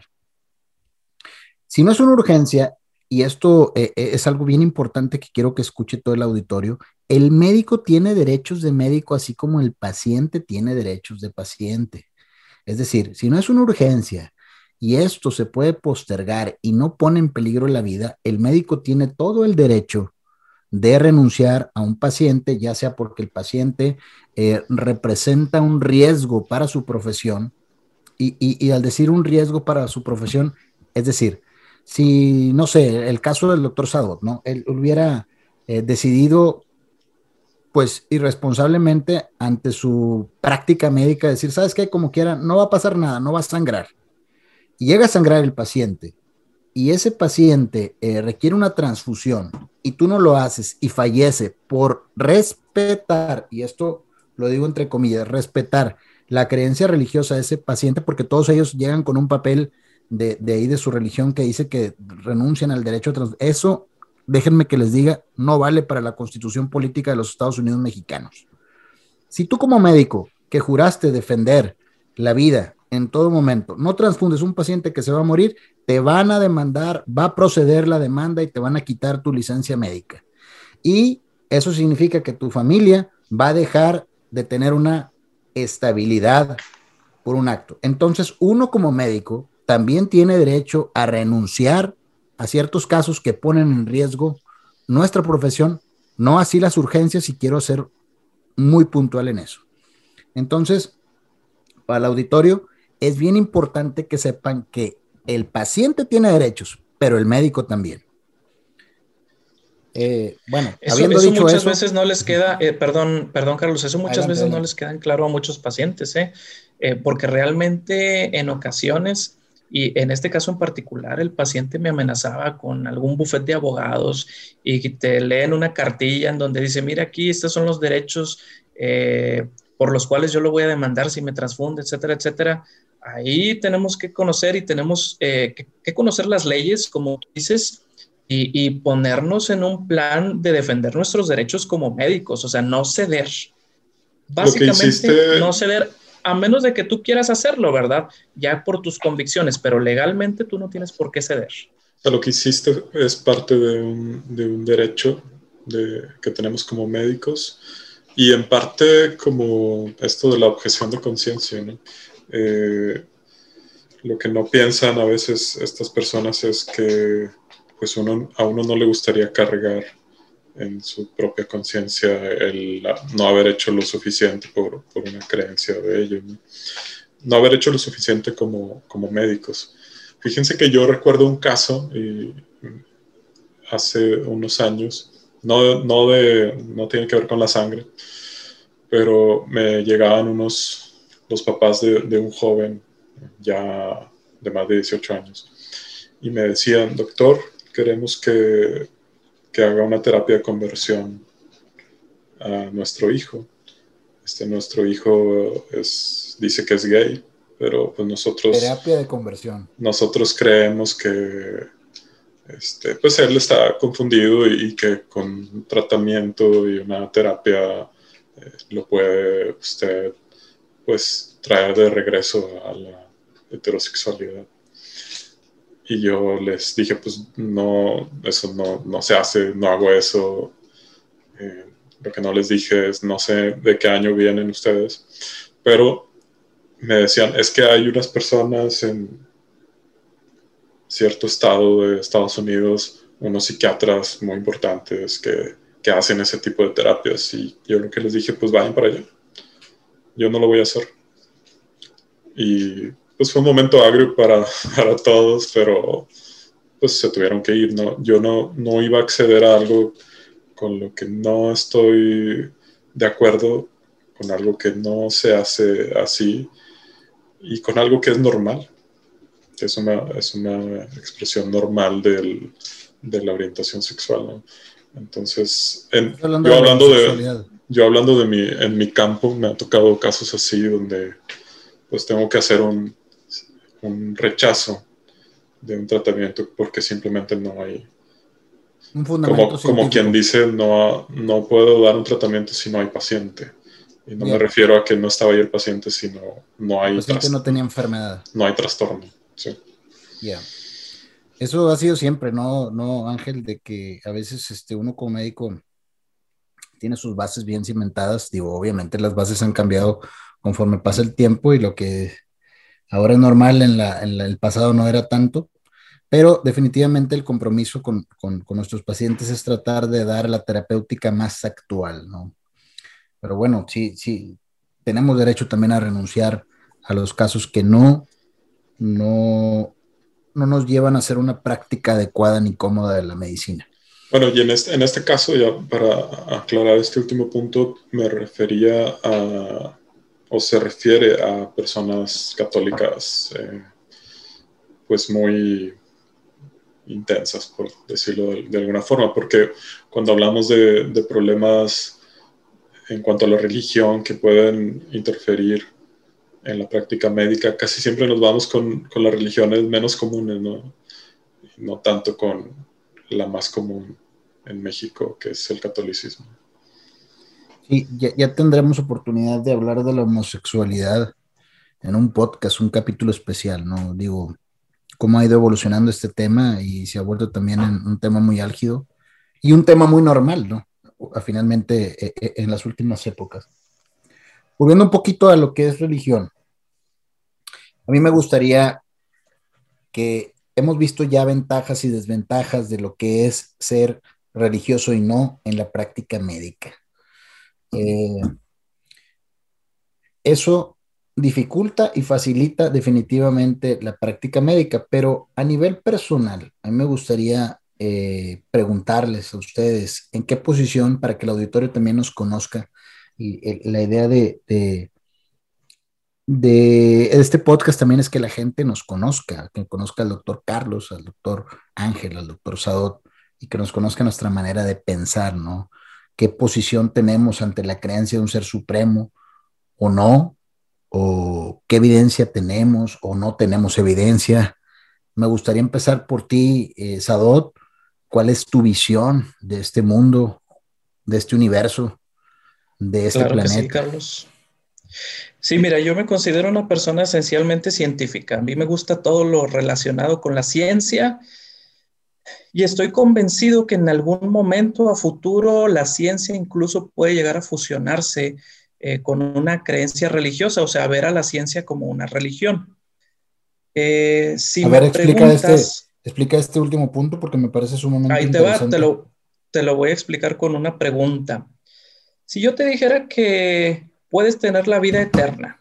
S1: Si no es una urgencia, y esto eh, eh, es algo bien importante que quiero que escuche todo el auditorio, el médico tiene derechos de médico así como el paciente tiene derechos de paciente. Es decir, si no es una urgencia y esto se puede postergar y no pone en peligro la vida, el médico tiene todo el derecho de renunciar a un paciente, ya sea porque el paciente eh, representa un riesgo para su profesión, y, y, y al decir un riesgo para su profesión, es decir, si, no sé, el caso del doctor Sadot, ¿no? Él hubiera eh, decidido, pues, irresponsablemente ante su práctica médica, decir, ¿sabes qué? Como quiera, no va a pasar nada, no va a sangrar. Y llega a sangrar el paciente y ese paciente eh, requiere una transfusión y tú no lo haces y fallece por respetar, y esto lo digo entre comillas, respetar la creencia religiosa de ese paciente, porque todos ellos llegan con un papel de, de ahí de su religión que dice que renuncian al derecho a transfusión. Eso, déjenme que les diga, no vale para la constitución política de los Estados Unidos mexicanos. Si tú como médico que juraste defender la vida en todo momento, no transfundes un paciente que se va a morir, te van a demandar, va a proceder la demanda y te van a quitar tu licencia médica. Y eso significa que tu familia va a dejar de tener una estabilidad por un acto. Entonces, uno como médico también tiene derecho a renunciar a ciertos casos que ponen en riesgo nuestra profesión, no así las urgencias, y quiero ser muy puntual en eso. Entonces, para el auditorio, es bien importante que sepan que el paciente tiene derechos, pero el médico también. Eh, bueno,
S2: Eso,
S1: habiendo
S2: eso
S1: dicho
S2: muchas
S1: eso,
S2: veces no les queda, eh, perdón, perdón Carlos, eso muchas
S1: adelante,
S2: veces no
S1: adelante.
S2: les queda en claro a muchos pacientes, ¿eh? Eh, porque realmente en ocasiones, y en este caso en particular, el paciente me amenazaba con algún bufete de abogados y te leen una cartilla en donde dice, mira aquí, estos son los derechos eh, por los cuales yo lo voy a demandar si me transfunde, etcétera, etcétera. Ahí tenemos que conocer y tenemos eh, que, que conocer las leyes, como tú dices, y, y ponernos en un plan de defender nuestros derechos como médicos, o sea, no ceder.
S3: Lo que
S2: Básicamente,
S3: hiciste,
S2: no ceder, a menos de que tú quieras hacerlo, ¿verdad? Ya por tus convicciones, pero legalmente tú no tienes por qué ceder.
S3: o sea, lo que hiciste es parte de un, de un derecho de, que tenemos como médicos y en parte como esto de la objeción de conciencia, ¿no? Eh, lo que no piensan a veces estas personas es que pues uno, a uno no le gustaría cargar en su propia conciencia el no haber hecho lo suficiente por, por una creencia de ellos, ¿no? No haber hecho lo suficiente como, como médicos. Fíjense que yo recuerdo un caso y hace unos años, no, no, de, no tiene que ver con la sangre, pero me llegaban unos, los papás de, de un joven ya de más de dieciocho años y me decían, doctor, queremos que, que haga una terapia de conversión a nuestro hijo. Este, nuestro hijo es, dice que es gay pero pues nosotros...
S1: Terapia de conversión.
S3: Nosotros creemos que este, pues él está confundido y, y que con tratamiento y una terapia eh, lo puede usted pues traer de regreso a la heterosexualidad. Y yo les dije, pues no, eso no, no se hace, no hago eso. Eh, lo que no les dije es, no sé de qué año vienen ustedes, pero me decían, es que hay unas personas en cierto estado de Estados Unidos, unos psiquiatras muy importantes que, que hacen ese tipo de terapias. Y yo lo que les dije, pues vayan para allá. Yo no lo voy a hacer. Y pues fue un momento agrio para, para todos, pero pues se tuvieron que ir, ¿no? Yo no, no iba a acceder a algo con lo que no estoy de acuerdo, con algo que no se hace así y con algo que es normal, que es una, es una expresión normal del, de la orientación sexual, ¿no? Entonces, en,
S1: hablando
S3: yo,
S1: de
S3: hablando de, yo hablando de mi, en mi campo, me ha tocado casos así donde pues tengo que hacer un, un rechazo de un tratamiento porque simplemente no hay
S1: un fundamento
S3: como, como quien dice, no, no puedo dar un tratamiento si no hay paciente. Y no Bien. me refiero a que no estaba ahí el paciente, sino no hay...
S1: El paciente no tenía enfermedad.
S3: No hay trastorno, sí.
S1: Ya. Yeah. Eso ha sido siempre, ¿no, no, Ángel? De que a veces este, uno como médico tiene sus bases bien cimentadas. Digo, obviamente las bases han cambiado conforme pasa el tiempo y lo que ahora es normal en, la, en la, el pasado no era tanto. Pero definitivamente el compromiso con, con, con nuestros pacientes es tratar de dar la terapéutica más actual, ¿no? Pero bueno, sí, sí, tenemos derecho también a renunciar a los casos que no, no, no nos llevan a hacer una práctica adecuada ni cómoda de la medicina.
S3: Bueno, y en este, en este caso, ya para aclarar este último punto, me refería a, o se refiere a personas católicas, eh, pues muy intensas, por decirlo de, de alguna forma, porque cuando hablamos de, de problemas en cuanto a la religión que pueden interferir en la práctica médica, casi siempre nos vamos con, con las religiones menos comunes, ¿no? No tanto con la más común en México, que es el catolicismo.
S1: Sí, ya, ya tendremos oportunidad de hablar de la homosexualidad en un podcast, un capítulo especial, ¿no? Digo, cómo ha ido evolucionando este tema y se ha vuelto también en un tema muy álgido y un tema muy normal, ¿no? Finalmente, eh, en las últimas épocas. Volviendo un poquito a lo que es religión, a mí me gustaría que hemos visto ya ventajas y desventajas de lo que es ser religioso y no en la práctica médica. Eh, eso dificulta y facilita definitivamente la práctica médica, pero a nivel personal, a mí me gustaría eh, preguntarles a ustedes en qué posición, para que el auditorio también nos conozca, y eh, la idea de, de, de este podcast también es que la gente nos conozca, que conozca al doctor Carlos, al doctor Ángel, al doctor Sadot, y que nos conozca nuestra manera de pensar, ¿no? ¿Qué posición tenemos ante la creencia de un ser supremo o no? ¿O qué evidencia tenemos o no tenemos evidencia? Me gustaría empezar por ti, eh, Sadot. ¿Cuál es tu visión de este mundo, de este universo, de este
S2: claro
S1: planeta?
S2: Que sí, Carlos. Sí, mira, yo me considero una persona esencialmente científica. A mí me gusta todo lo relacionado con la ciencia y estoy convencido que en algún momento a futuro la ciencia incluso puede llegar a fusionarse eh, con una creencia religiosa, o sea, ver a la ciencia como una religión. Eh, si
S1: a
S2: me
S1: ver, explica,
S2: preguntas,
S1: este, explica este último punto porque me parece sumamente
S2: ahí te
S1: interesante.
S2: va, te lo, te lo voy a explicar con una pregunta. Si yo te dijera que puedes tener la vida eterna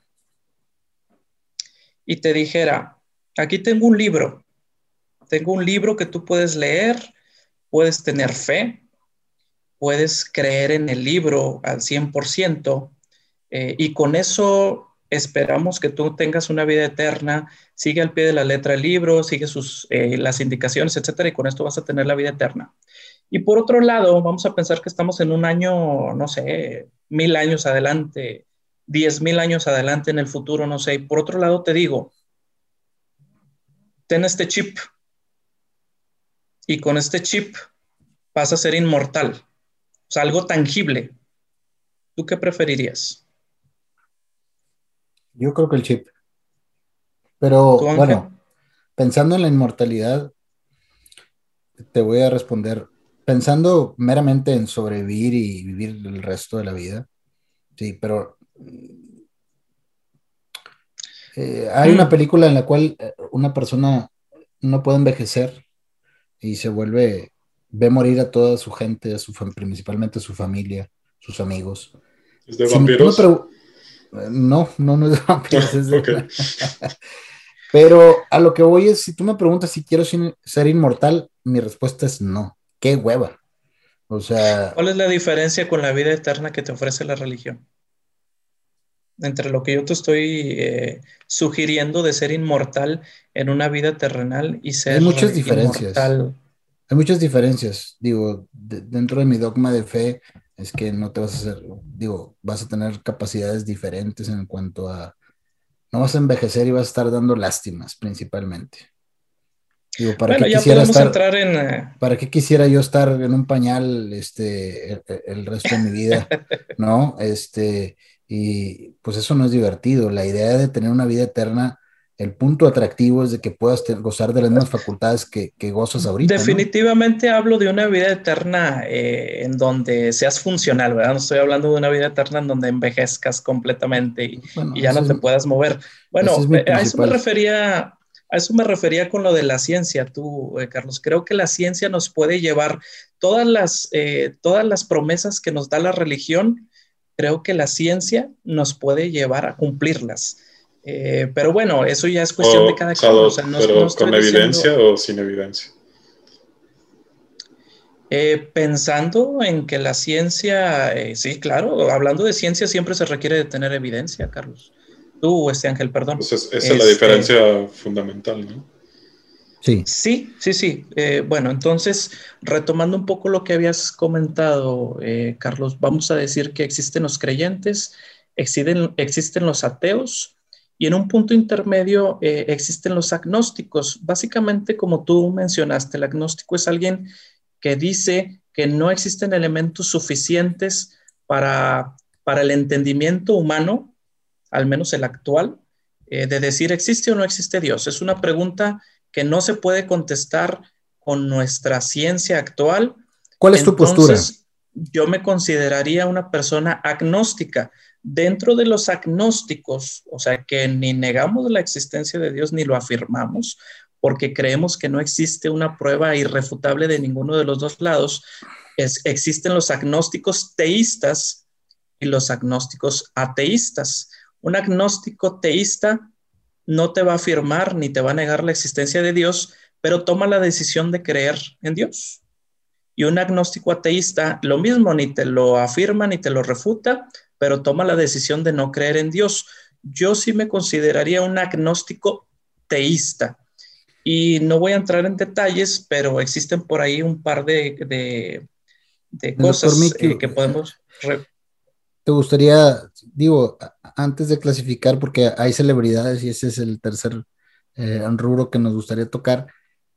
S2: y te dijera, aquí tengo un libro, tengo un libro que tú puedes leer, puedes tener fe, puedes creer en el libro al cien por ciento eh, y con eso esperamos que tú tengas una vida eterna, sigue al pie de la letra el libro, sigue sus, eh, las indicaciones, etcétera, y con esto vas a tener la vida eterna. Y por otro lado, vamos a pensar que estamos en un año, no sé, mil años adelante, diez mil años adelante en el futuro, no sé. Y por otro lado te digo, ten este chip y con este chip vas a ser inmortal, o sea, algo tangible. ¿Tú qué preferirías?
S1: Yo creo que el chip.
S2: ¿Tú,
S1: Pero
S2: Ángel?
S1: bueno, pensando en la inmortalidad, te voy a responder, pensando meramente en sobrevivir y vivir el resto de la vida, sí, pero eh, hay una
S2: Mm.
S1: película en la cual eh, una persona no puede envejecer y se vuelve, ve morir a toda su gente, a su fam- principalmente a su familia, sus amigos.
S3: ¿Es de
S1: Si me- tú me
S3: vampiros?
S1: preguntas, no, no, no es de vampiros, es de
S3: Ok.
S1: una... Pero a lo que voy es, si tú me preguntas si quiero sin- ser inmortal, mi respuesta es no. Qué hueva. O sea,
S2: ¿Cuál es la diferencia con la vida eterna que te ofrece la religión? Entre lo que yo te estoy eh, sugiriendo de ser inmortal en una vida terrenal y
S1: hay
S2: ser
S1: muchas
S2: eh,
S1: diferencias.
S2: inmortal.
S1: Hay muchas diferencias. Digo, de- dentro de mi dogma de fe es que no te vas a hacer, digo, vas a tener capacidades diferentes en cuanto a, no vas a envejecer y vas a estar dando lástimas principalmente. Digo, ¿para
S2: Bueno,
S1: qué
S2: ya
S1: quisiera
S2: podemos
S1: estar,
S2: entrar en... eh,
S1: para qué quisiera yo estar en un pañal este, el, el resto de mi vida? ¿No? Este, y pues eso no es divertido. La idea de tener una vida eterna, el punto atractivo es de que puedas te- gozar de las mismas facultades que, que gozas ahorita, ¿no?
S2: Definitivamente hablo de una vida eterna eh, en donde seas funcional, ¿verdad? No estoy hablando de una vida eterna en donde envejezcas completamente y, y
S1: Bueno,
S2: ya
S1: ese
S2: no
S1: es,
S2: te puedas mover.
S1: ese es
S2: Bueno,
S1: mi
S2: eh, a eso me
S1: principal.
S2: refería, a eso me refería con lo de la ciencia, tú, eh, Carlos. Creo que la ciencia nos puede llevar todas las, eh, todas las promesas que nos da la religión, creo que la ciencia nos puede llevar a cumplirlas. Eh, pero bueno, eso ya es cuestión de
S3: O,
S2: cada
S3: sea,
S2: quien. O sea, no, no
S3: pero
S2: estoy
S3: con
S2: diciendo...
S3: evidencia o sin evidencia.
S2: Eh, pensando en que la ciencia, eh, sí, claro, hablando de ciencia siempre se requiere de tener evidencia, Carlos. Tú, este Ángel, perdón.
S3: Pues es- esa es la
S2: Este,
S3: diferencia fundamental, ¿no?
S1: Sí,
S2: sí, sí, sí. Eh, bueno, entonces, retomando un poco lo que habías comentado, eh, Carlos, vamos a decir que existen los creyentes, existen, existen los ateos y en un punto intermedio eh, existen los agnósticos. Básicamente, como tú mencionaste, el agnóstico es alguien que dice que no existen elementos suficientes para, para el entendimiento humano, al menos el actual, eh, de decir existe o no existe Dios. Es una pregunta que no se puede contestar con nuestra ciencia actual.
S1: ¿cuál es tu postura?
S2: Entonces, yo me consideraría una persona agnóstica. Dentro de los agnósticos, o sea, que ni negamos la existencia de Dios ni lo afirmamos, porque creemos que no existe una prueba irrefutable de ninguno de los dos lados, es, existen los agnósticos teístas y los agnósticos ateístas. Un agnóstico teísta no te va a afirmar ni te va a negar la existencia de Dios, pero toma la decisión de creer en Dios. Y un agnóstico ateísta, lo mismo, ni te lo afirma ni te lo refuta, pero toma la decisión de no creer en Dios. Yo sí me consideraría un agnóstico teísta. Y no voy a entrar en detalles, pero existen por ahí un par de, de, de
S1: El doctor
S2: cosas
S1: Mickey,
S2: eh, que podemos... Re-
S1: ¿te gustaría, digo, a- antes de clasificar, porque hay celebridades y ese es el tercer eh, rubro que nos gustaría tocar,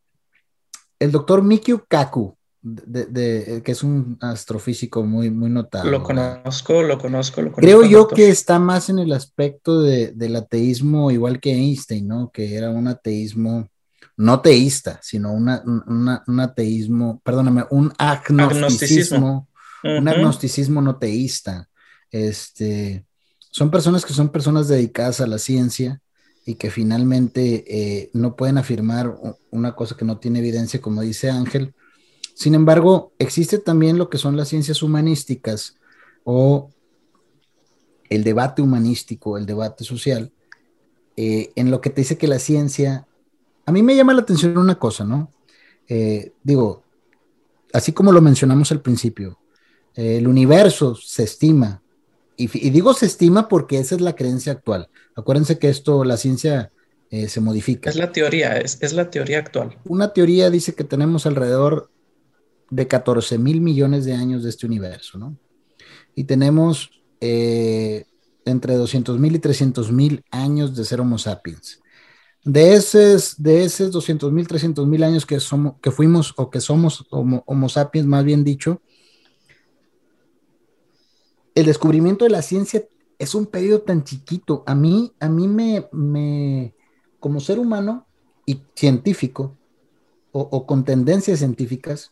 S1: el doctor Mikio Kaku, de, de- que es un astrofísico muy, muy
S2: lo
S1: notado, ¿verdad?
S2: conozco, lo conozco, lo
S1: Creo
S2: conozco al
S1: yo
S2: doctor.
S1: que está más en el aspecto de, del ateísmo, igual que Einstein, ¿no? Que era un ateísmo no teísta, sino una, una- un ateísmo, perdóname, un
S2: Agnosticismo.
S1: agnosticismo, un
S2: Ujú.
S1: agnosticismo no teísta. Este, son personas que son personas dedicadas a la ciencia y que finalmente eh, no pueden afirmar u- una cosa que no tiene evidencia, como dice Ángel. Sin embargo, existe también lo que son las ciencias humanísticas o el debate humanístico, el debate social, eh, en lo que te dice que la ciencia, a mí me llama la atención una cosa, ¿no? Eh, digo, así como lo mencionamos al principio, eh, el universo se estima, y, y, digo se estima porque esa es la creencia actual. Acuérdense que esto, la ciencia eh, se
S2: Es
S1: modifica.
S2: la teoría, es, es la teoría actual.
S1: Una teoría dice que tenemos alrededor de catorce mil millones de años de este universo, ¿no? Y tenemos, eh, entre doscientos mil y trescientos mil años de ser Homo sapiens. De esos, de esos doscientos mil, trescientos mil años que, somos, que fuimos o que somos homo, homo sapiens, más bien dicho, el descubrimiento de la ciencia es un periodo tan chiquito. A mí, a mí me, me como ser humano y científico, o, o con tendencias científicas,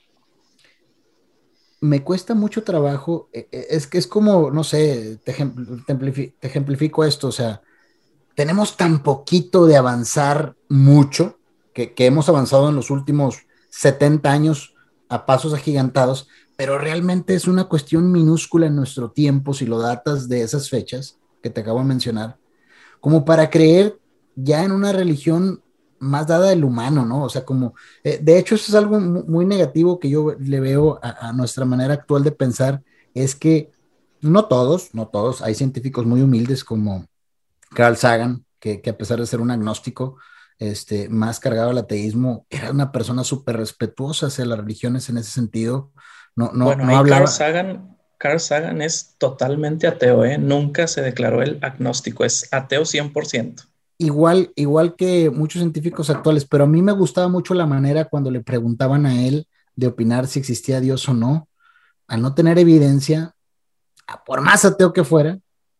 S1: me cuesta mucho trabajo. Es que es como, no sé, te, ejemplifico, te ejemplifico esto, o sea, tenemos tan poquito de avanzar mucho, que, que hemos avanzado en los últimos setenta años a pasos agigantados, pero realmente es una cuestión minúscula en nuestro tiempo, si lo datas de esas fechas que te acabo de mencionar, como para creer ya en una religión más dada del humano, ¿no? O sea, como, eh, de hecho, eso es algo muy, muy negativo que yo le veo a, a nuestra manera actual de pensar, es que no todos, no todos, hay científicos muy humildes como Carl Sagan, que, que a pesar de ser un agnóstico, este, más cargado al ateísmo, era una persona súper respetuosa hacia las religiones en ese sentido. No, no,
S2: Bueno,
S1: no
S2: ahí Carl
S1: hablaba.
S2: Sagan, Carl Sagan es totalmente ateo, ¿eh? Nunca se declaró el agnóstico, es ateo cien por ciento.
S1: Igual, igual que muchos científicos actuales, pero a mí me gustaba mucho la manera cuando le preguntaban a él de opinar si existía Dios o no, al no tener evidencia, por más ateo que fuera,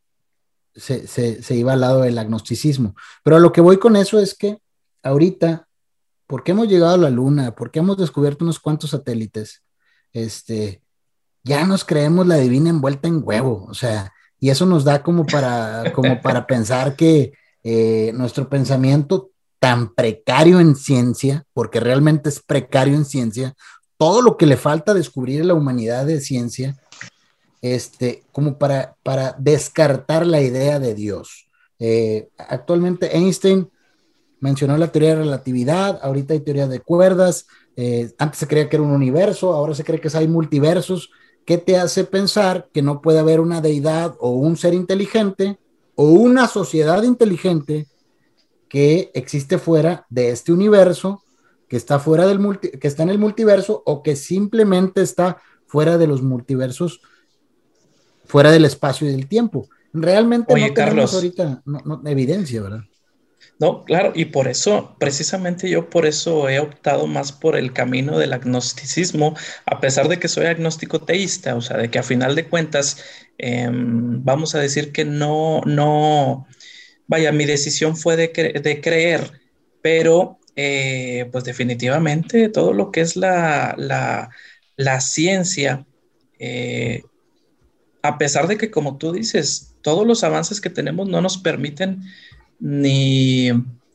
S1: se, se, se iba al lado del agnosticismo. Pero a lo que voy con eso es que ahorita, porque hemos llegado a la luna, porque hemos descubierto unos cuantos satélites, este, ya nos creemos la divina envuelta en huevo, o sea, y eso nos da como para, como para pensar que eh, nuestro pensamiento tan precario en ciencia, porque realmente es precario en ciencia, todo lo que le falta descubrir a la humanidad de ciencia, este, como para, para descartar la idea de Dios. Eh, actualmente Einstein mencionó la teoría de relatividad, ahorita hay teoría de cuerdas, eh, antes se creía que era un universo, ahora se cree que hay multiversos. ¿Qué te hace pensar que no puede haber una deidad o un ser inteligente o una sociedad inteligente que existe fuera de este universo, que está fuera del multi, que está en el multiverso o que simplemente está fuera de los multiversos, fuera del espacio y del tiempo? Realmente
S2: Oye,
S1: no tenemos
S2: Carlos,
S1: ahorita no, no, evidencia, ¿verdad?
S2: no, claro, y por eso, precisamente yo por eso he optado más por el camino del agnosticismo, a pesar de que soy agnóstico teísta, o sea, de que a final de cuentas, eh, vamos a decir que no, no, vaya, mi decisión fue de, cre de creer, pero eh, pues definitivamente todo lo que es la, la, la ciencia, eh, a pesar de que, como tú dices, todos los avances que tenemos no nos permiten ni,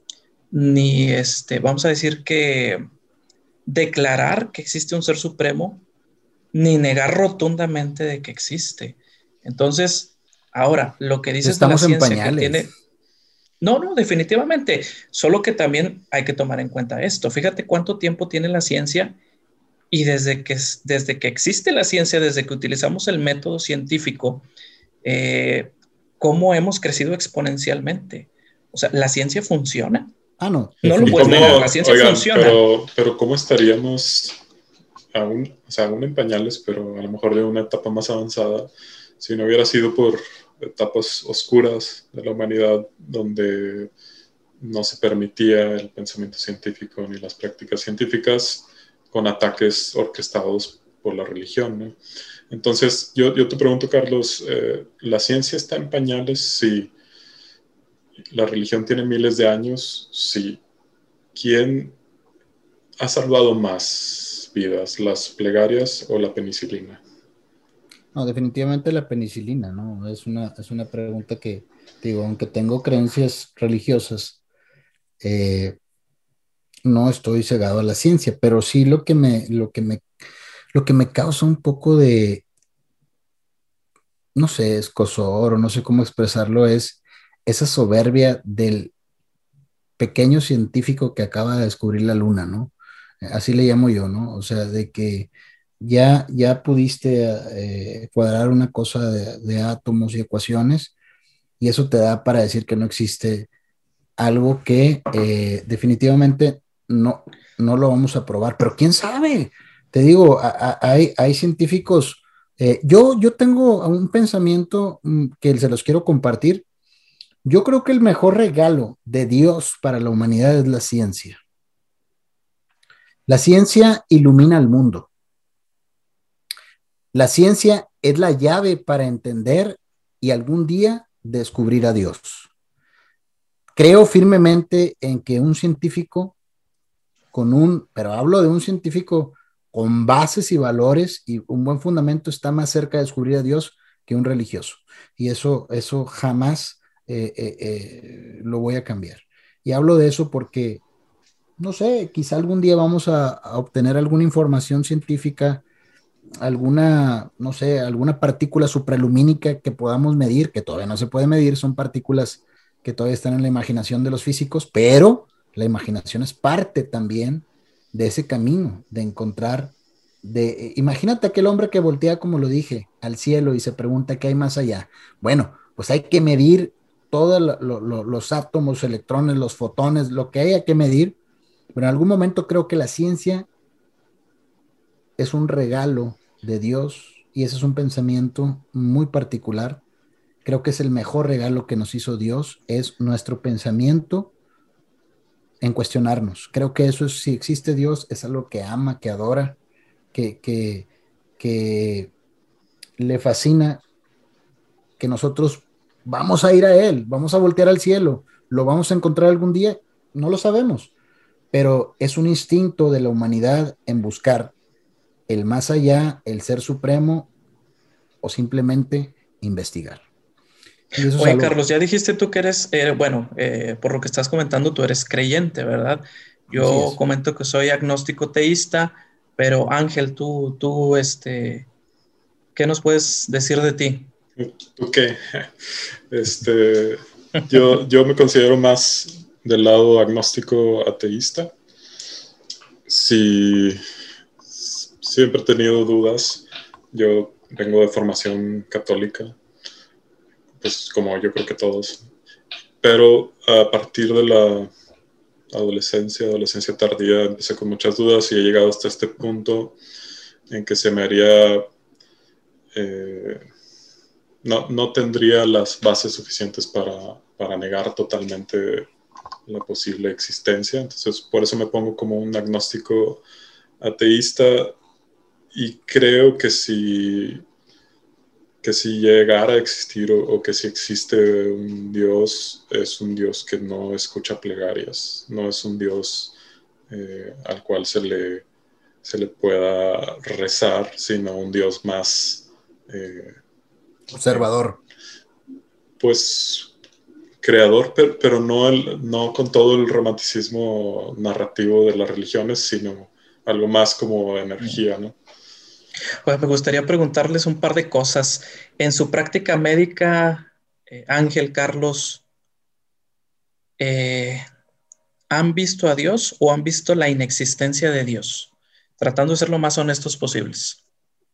S2: ni este, vamos a decir que declarar que existe un ser supremo, ni negar rotundamente de que existe. Entonces, ahora, lo que dices de la
S1: Estamos en
S2: ciencia que
S1: pañales.
S2: tiene... No, no, definitivamente. Solo que también hay que tomar en cuenta esto. Fíjate cuánto tiempo tiene la ciencia y desde que, desde que existe la ciencia, desde que utilizamos el método científico, eh, cómo hemos crecido exponencialmente. O sea, la ciencia funciona.
S1: Ah, no,
S2: No lo
S3: ¿Y
S2: puedes
S3: cómo,
S2: negar, la ciencia
S3: oigan,
S2: funciona.
S3: pero, pero cómo estaríamos aún, o sea, aún en pañales, pero a lo mejor de una etapa más avanzada, si no hubiera sido por etapas oscuras de la humanidad donde no se permitía el pensamiento científico ni las prácticas científicas con ataques orquestados por la religión, ¿no? Entonces, yo, yo te pregunto, Carlos, eh, ¿la ciencia está en pañales? Sí. ¿La religión tiene miles de años? Sí. ¿Quién ha salvado más vidas, las plegarias o la penicilina?
S1: No, definitivamente la penicilina, ¿no? Es una, es una pregunta que, digo, aunque tengo creencias religiosas, eh, no estoy cegado a la ciencia, pero sí lo que me, lo que me, lo que me causa un poco de, no sé, escozor o no sé cómo expresarlo, es esa soberbia del pequeño científico que acaba de descubrir la luna, ¿no? Así le llamo yo, ¿no? O sea, de que ya, ya pudiste eh, cuadrar una cosa de, de átomos y ecuaciones y eso te da para decir que no existe algo que eh, definitivamente no, no lo vamos a probar, pero quién sabe. Te digo, a, a, hay, hay científicos Eh, yo, yo tengo un pensamiento mm, que se los quiero compartir. Yo creo que el mejor regalo de Dios para la humanidad es la ciencia. La ciencia ilumina al mundo. La ciencia es la llave para entender y algún día descubrir a Dios. Creo firmemente en que un científico con un, pero hablo de un científico con bases y valores y un buen fundamento está más cerca de descubrir a Dios que un religioso. Y eso, eso jamás eh, eh, eh, lo voy a cambiar. Y hablo de eso porque, no sé, quizá algún día vamos a, a obtener alguna información científica, alguna, no sé, alguna partícula supralumínica que podamos medir, que todavía no se puede medir, son partículas que todavía están en la imaginación de los físicos, pero la imaginación es parte también de ese camino, de encontrar, de, imagínate aquel hombre que voltea, como lo dije, al cielo y se pregunta qué hay más allá. Bueno, pues hay que medir todos lo, lo, lo, los átomos, electrones, los fotones, lo que haya que medir, pero en algún momento creo que la ciencia es un regalo de Dios y ese es un pensamiento muy particular. Creo que es el mejor regalo que nos hizo Dios, es nuestro pensamiento en cuestionarnos. Creo que eso es, si existe Dios, es algo que ama, que adora, que, que, que le fascina, que nosotros vamos a ir a Él, vamos a voltear al cielo, lo vamos a encontrar algún día, no lo sabemos, pero es un instinto de la humanidad en buscar el más allá, el ser supremo o simplemente investigar. Y eso es
S2: Oye,
S1: algo.
S2: Carlos, ya dijiste tú que eres, eh, bueno, eh, por lo que estás comentando, tú eres creyente, ¿verdad?
S1: Así
S2: Yo
S1: es.
S2: comento que soy agnóstico teísta, pero Ángel, tú, tú, este, ¿qué nos puedes decir de ti?
S3: Ok, este, yo, yo me considero más del lado agnóstico ateísta. Sí, siempre he tenido dudas. Yo vengo de formación católica, pues como yo creo que todos. Pero a partir de la adolescencia, adolescencia tardía, empecé con muchas dudas y he llegado hasta este punto en que se me haría... Eh, no, no tendría las bases suficientes para, para negar totalmente la posible existencia. Entonces, por eso me pongo como un agnóstico ateísta y creo que si, que si llegara a existir o, o que si existe un Dios, es un Dios que no escucha plegarias, no es un Dios eh, al cual se le, se le pueda rezar, sino un Dios más... Eh,
S1: Observador.
S3: pues creador, pero, pero no, el, no con todo el romanticismo narrativo de las religiones, sino algo más como energía, ¿no?
S2: Pues me gustaría preguntarles un par de cosas. En su práctica médica, eh, Ángel, Carlos, eh, ¿han visto a Dios o han visto la inexistencia de Dios? Tratando de ser lo más honestos posibles.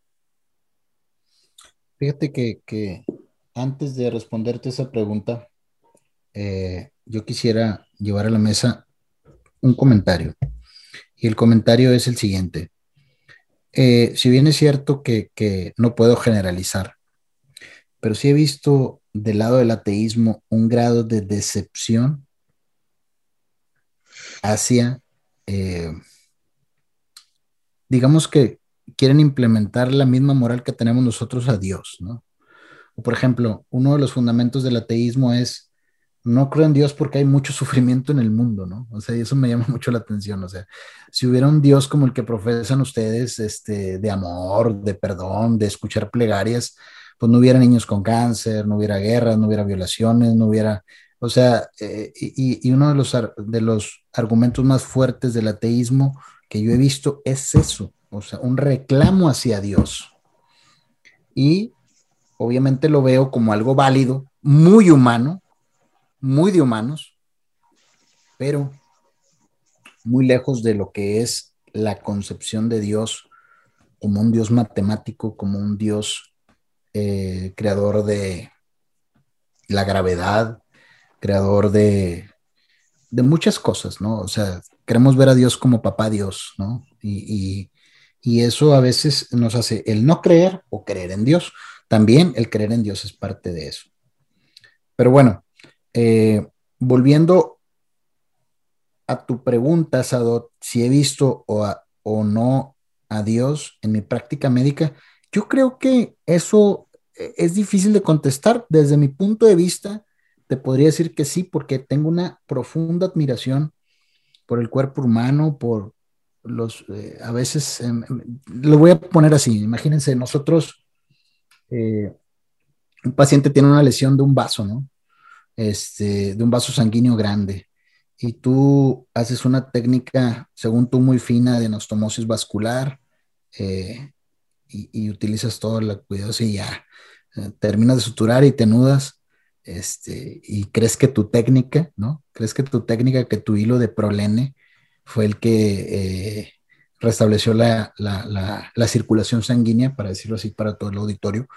S1: Fíjate que, que antes de responderte esa pregunta, eh, yo quisiera llevar a la mesa un comentario. Y el comentario es el siguiente. Eh, si bien es cierto que, que no puedo generalizar, pero sí he visto del lado del ateísmo un grado de decepción hacia, eh, digamos que quieren implementar la misma moral que tenemos nosotros a Dios, ¿no? O por ejemplo, uno de los fundamentos del ateísmo es no creo en Dios porque hay mucho sufrimiento en el mundo, ¿no? O sea, y eso me llama mucho la atención. O sea, si hubiera un Dios como el que profesan ustedes, este, de amor, de perdón, de escuchar plegarias, pues no hubiera niños con cáncer, no hubiera guerras, no hubiera violaciones, no hubiera, o sea, eh, y, y uno de los, ar- de los argumentos más fuertes del ateísmo que yo he visto es eso, o sea, un reclamo hacia Dios. Y obviamente lo veo como algo válido, muy humano, muy de humanos, pero muy lejos de lo que es la concepción de Dios como un Dios matemático, como un Dios eh, creador de la gravedad, creador de, de muchas cosas, ¿no? O sea, queremos ver a Dios como papá Dios, ¿no? Y, y, Y eso a veces nos hace el no creer o creer en Dios. También el creer en Dios es parte de eso. Pero bueno, eh, volviendo a tu pregunta, Sadot, si he visto o, a- o no a Dios en mi práctica médica, yo creo que eso eh, es difícil de contestar. Desde mi punto de vista, te podría decir que sí, porque tengo una profunda admiración por el cuerpo humano, por los, eh, a veces, em, em, lo voy a poner así, imagínense, nosotros, eh, un paciente tiene una lesión de un vaso, ¿no? Este, de un vaso sanguíneo grande, y tú haces una técnica, según tú, muy fina de anastomosis vascular, eh, y, y utilizas todo el cuidado y ya, eh, terminas de suturar y te anudas, este, y crees que tu técnica, ¿no? Crees que tu técnica, que tu hilo de prolene fue el que eh, restableció la, la, la, la circulación sanguínea, para decirlo así, para todo el auditorio.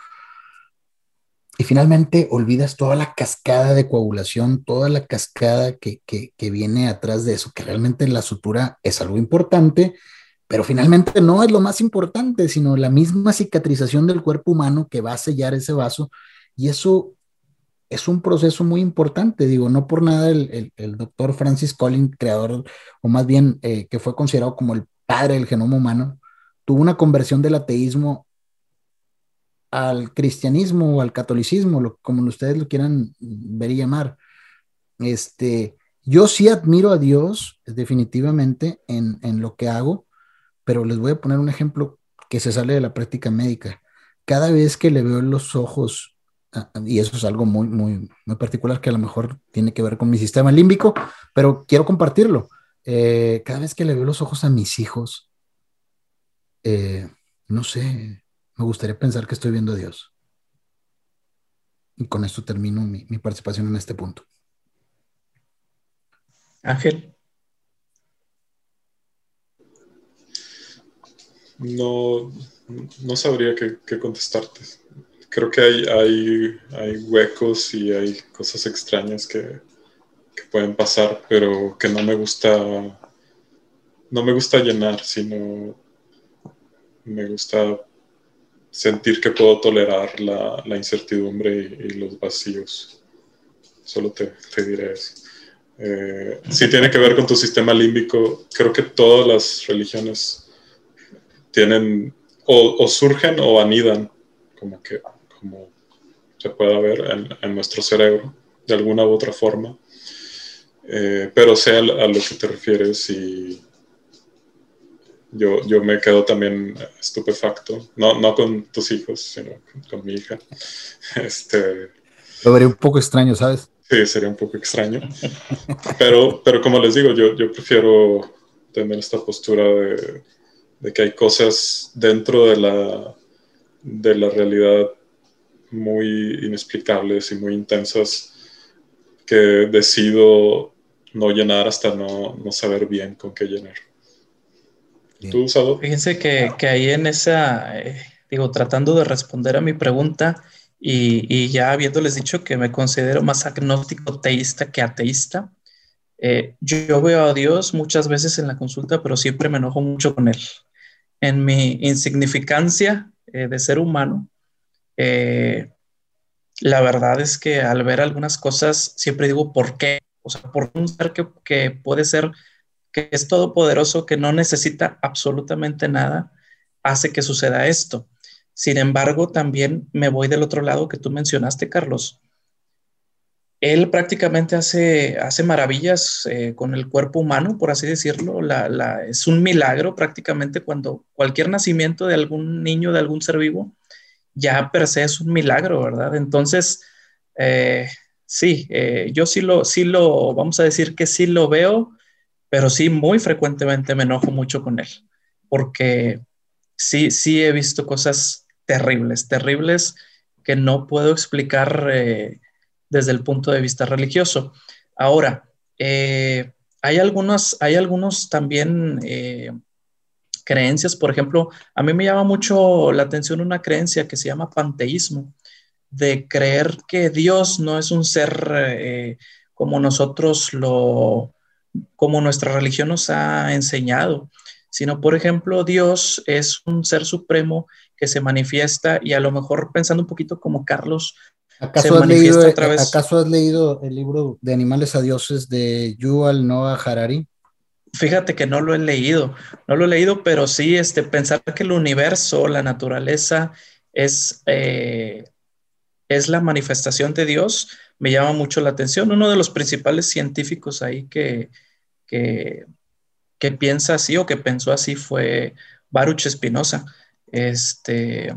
S1: Y finalmente olvidas toda la cascada de coagulación, toda la cascada que, que, que viene atrás de eso, que realmente la sutura es algo importante, pero finalmente no es lo más importante, sino la misma cicatrización del cuerpo humano que va a sellar ese vaso. Y eso es un proceso muy importante, digo, no por nada el, el, el doctor Francis Collins, creador, o más bien eh, que fue considerado como el padre del genoma humano, tuvo una conversión del ateísmo al cristianismo o al catolicismo, lo, como ustedes lo quieran ver y llamar. Este, yo sí admiro a Dios definitivamente en, en lo que hago, pero les voy a poner un ejemplo que se sale de la práctica médica. Cada vez que le veo en los ojos, ah, y eso es algo muy, muy, muy particular que a lo mejor tiene que ver con mi sistema límbico, pero quiero compartirlo. Eh, cada vez que le veo los ojos a mis hijos, eh, no sé, me gustaría pensar que estoy viendo a Dios. Y con esto termino mi, mi participación en este punto.
S2: Ángel.
S3: No, no sabría qué, qué contestarte. Creo que hay, hay, hay huecos y hay cosas extrañas que, que pueden pasar, pero que no me gusta, no me gusta llenar, sino me gusta sentir que puedo tolerar la, la incertidumbre y, y los vacíos. Solo te, te diré eso. Eh, si tiene que ver con tu sistema límbico, creo que todas las religiones tienen o, o surgen o anidan, como que como se pueda ver en, en nuestro cerebro, de alguna u otra forma. Eh, pero sé a, a lo que te refieres y yo, yo me quedo también estupefacto, no, no con tus hijos, sino con, con mi hija. Este,
S1: Lo vería un poco extraño, ¿sabes?
S3: sí, sería un poco extraño. Pero, pero como les digo, yo, yo prefiero tener esta postura de, de que hay cosas dentro de la, de la realidad muy inexplicables y muy intensas que decido no llenar hasta no, no saber bien con qué llenar.
S1: Bien.
S3: ¿Tú, Sado?
S2: Fíjense que, que ahí en esa, eh, digo, tratando de responder a mi pregunta y, y ya habiéndoles dicho que me considero más agnóstico teísta que ateísta, eh, yo, yo veo a Dios muchas veces en la consulta, pero siempre me enojo mucho con él. En mi insignificancia eh, de ser humano, eh, la verdad es que al ver algunas cosas siempre digo, ¿por qué? O sea, por un ser que, que puede ser, que es todopoderoso, que no necesita absolutamente nada, hace que suceda esto. Sin embargo, también me voy del otro lado que tú mencionaste, Carlos. Él prácticamente hace, hace maravillas eh, con el cuerpo humano, por así decirlo. La, la, es un milagro prácticamente cuando cualquier nacimiento de algún niño, de algún ser vivo, ya per se es un milagro, ¿verdad? Entonces, eh, sí, eh, yo sí lo, sí lo, vamos a decir que sí lo veo, pero sí muy frecuentemente me enojo mucho con él, porque sí, sí he visto cosas terribles, terribles que no puedo explicar eh, desde el punto de vista religioso. Ahora, eh, hay algunos, hay algunos también eh, creencias, por ejemplo, a mí me llama mucho la atención una creencia que se llama panteísmo, de creer que Dios no es un ser eh, como nosotros lo, como nuestra religión nos ha enseñado, sino, por ejemplo, Dios es un ser supremo que se manifiesta y a lo mejor pensando un poquito como Carlos, se
S1: ¿Acaso has leído,
S2: manifiesta a
S1: eh,
S2: través...
S1: ¿acaso has leído el libro de Animales a Dioses de Yuval Noah Harari?
S2: Fíjate que no lo he leído, no lo he leído, pero sí este, pensar que el universo, la naturaleza, es, eh, es la manifestación de Dios, me llama mucho la atención. Uno de los principales científicos ahí que, que, que piensa así o que pensó así fue Baruch Spinoza. Este,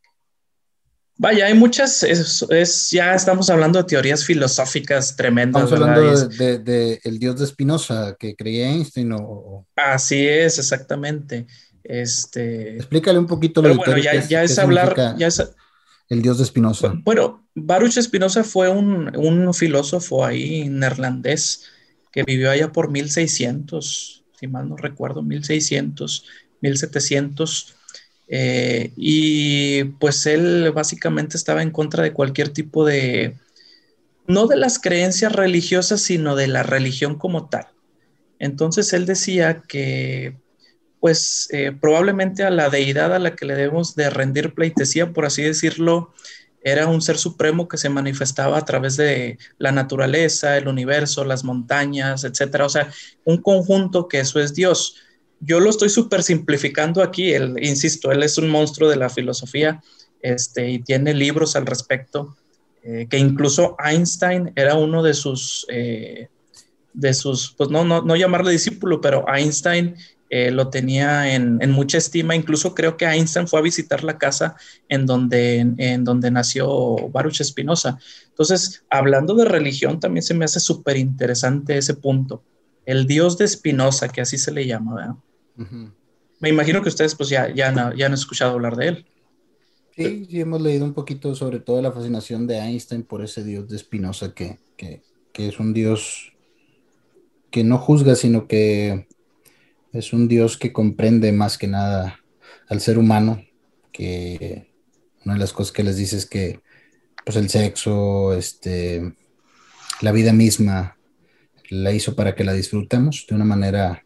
S2: vaya, hay muchas, es, es, ya estamos hablando de teorías filosóficas tremendas,
S1: Estamos
S2: ¿verdad? Y
S1: hablando
S2: es,
S1: de, de- de el Dios de Spinoza que creía Einstein o, o-
S2: así es, exactamente. Este,
S1: explícale un poquito al
S2: pero bueno,
S1: auditorio qué,
S2: ya,
S1: es-
S2: ya
S1: qué
S2: es hablar,
S1: significa
S2: ya es,
S1: el Dios de Spinoza.
S2: bueno, Baruch Spinoza fue un, un filósofo ahí neerlandés que vivió allá por mil seiscientos, si mal no recuerdo, mil seiscientos, mil setecientos, eh, y pues él básicamente estaba en contra de cualquier tipo de, no de las creencias religiosas, sino de la religión como tal. Entonces él decía que pues eh, probablemente a la deidad a la que le debemos de rendir pleitesía, por así decirlo, era un ser supremo que se manifestaba a través de la naturaleza, el universo, las montañas, etcétera. O sea, un conjunto que eso es Dios. Yo lo estoy súper simplificando aquí, él, insisto, él es un monstruo de la filosofía, este, y tiene libros al respecto, eh, que incluso Einstein era uno de sus, eh, de sus, pues no, no, no llamarle discípulo, pero Einstein eh, lo tenía en, en, mucha estima. Incluso creo que Einstein fue a visitar la casa en donde, en, en donde nació Baruch Spinoza. Entonces, hablando de religión, también se me hace súper interesante ese punto. El Dios de Spinoza, que así se le llama, ¿verdad? Uh-huh. Me imagino que ustedes pues ya, ya, no, ya han escuchado hablar de él.
S1: Sí, sí, hemos leído un poquito sobre todo la fascinación de Einstein por ese Dios de Spinoza que, que, que es un Dios que no juzga, sino que es un Dios que comprende más que nada al ser humano, que una de las cosas que les dice es que pues el sexo, este, la vida misma, la hizo para que la disfrutemos de una manera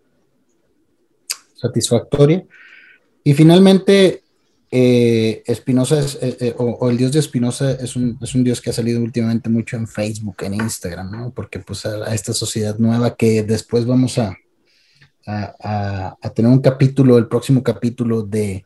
S1: satisfactoria. Y finalmente, eh, Spinoza es, eh, eh, o, o, el Dios de Spinoza es un, es un Dios que ha salido últimamente mucho en Facebook, en Instagram, ¿no? Porque pues a, a esta sociedad nueva que después vamos a, a, a, a tener un capítulo, el próximo capítulo de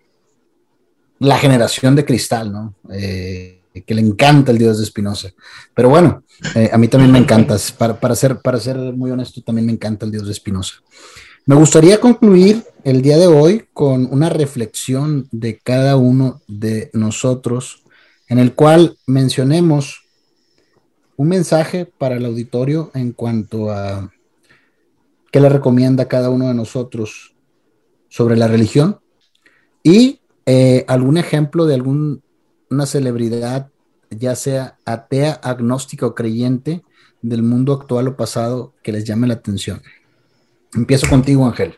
S1: la generación de cristal, ¿no? Eh, que le encanta el Dios de Spinoza. Pero bueno, eh, a mí también me encanta, para, para, ser, para ser muy honesto, también me encanta el Dios de Spinoza. Me gustaría concluir el día de hoy con una reflexión de cada uno de nosotros, en el cual mencionemos un mensaje para el auditorio en cuanto a qué le recomienda a cada uno de nosotros sobre la religión y eh, algún ejemplo de alguna celebridad, ya sea atea, agnóstica o creyente, del mundo actual o pasado que les llame la atención. Empiezo contigo, Ángel.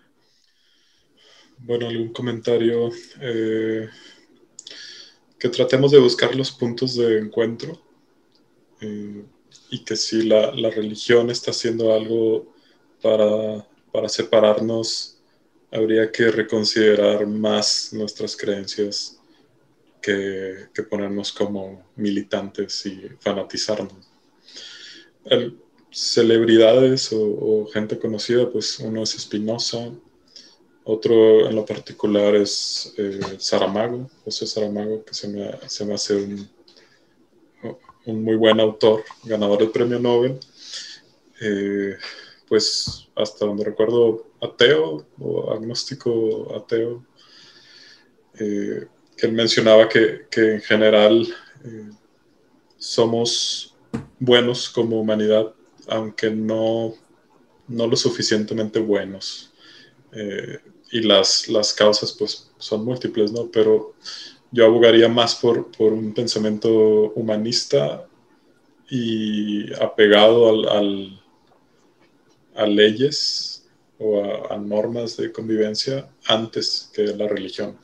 S3: Bueno, algún comentario. Eh, que tratemos de buscar los puntos de encuentro eh, y que si la, la religión está haciendo algo para, para separarnos, habría que reconsiderar más nuestras creencias que, que ponernos como militantes y fanatizarnos. El, celebridades o, o gente conocida, pues uno es Spinoza. Otro en lo particular es eh, Saramago, José Saramago, que se me, se me hace un, un muy buen autor, ganador del premio Nobel. Eh, pues hasta donde recuerdo, ateo o agnóstico ateo, eh, que él mencionaba que, que en general eh, somos buenos como humanidad, aunque no, no lo suficientemente buenos. Eh, y las, las causas pues son múltiples, ¿no? Pero yo abogaría más por, por un pensamiento humanista y apegado al, al, a leyes o a, a normas de convivencia antes que la religión.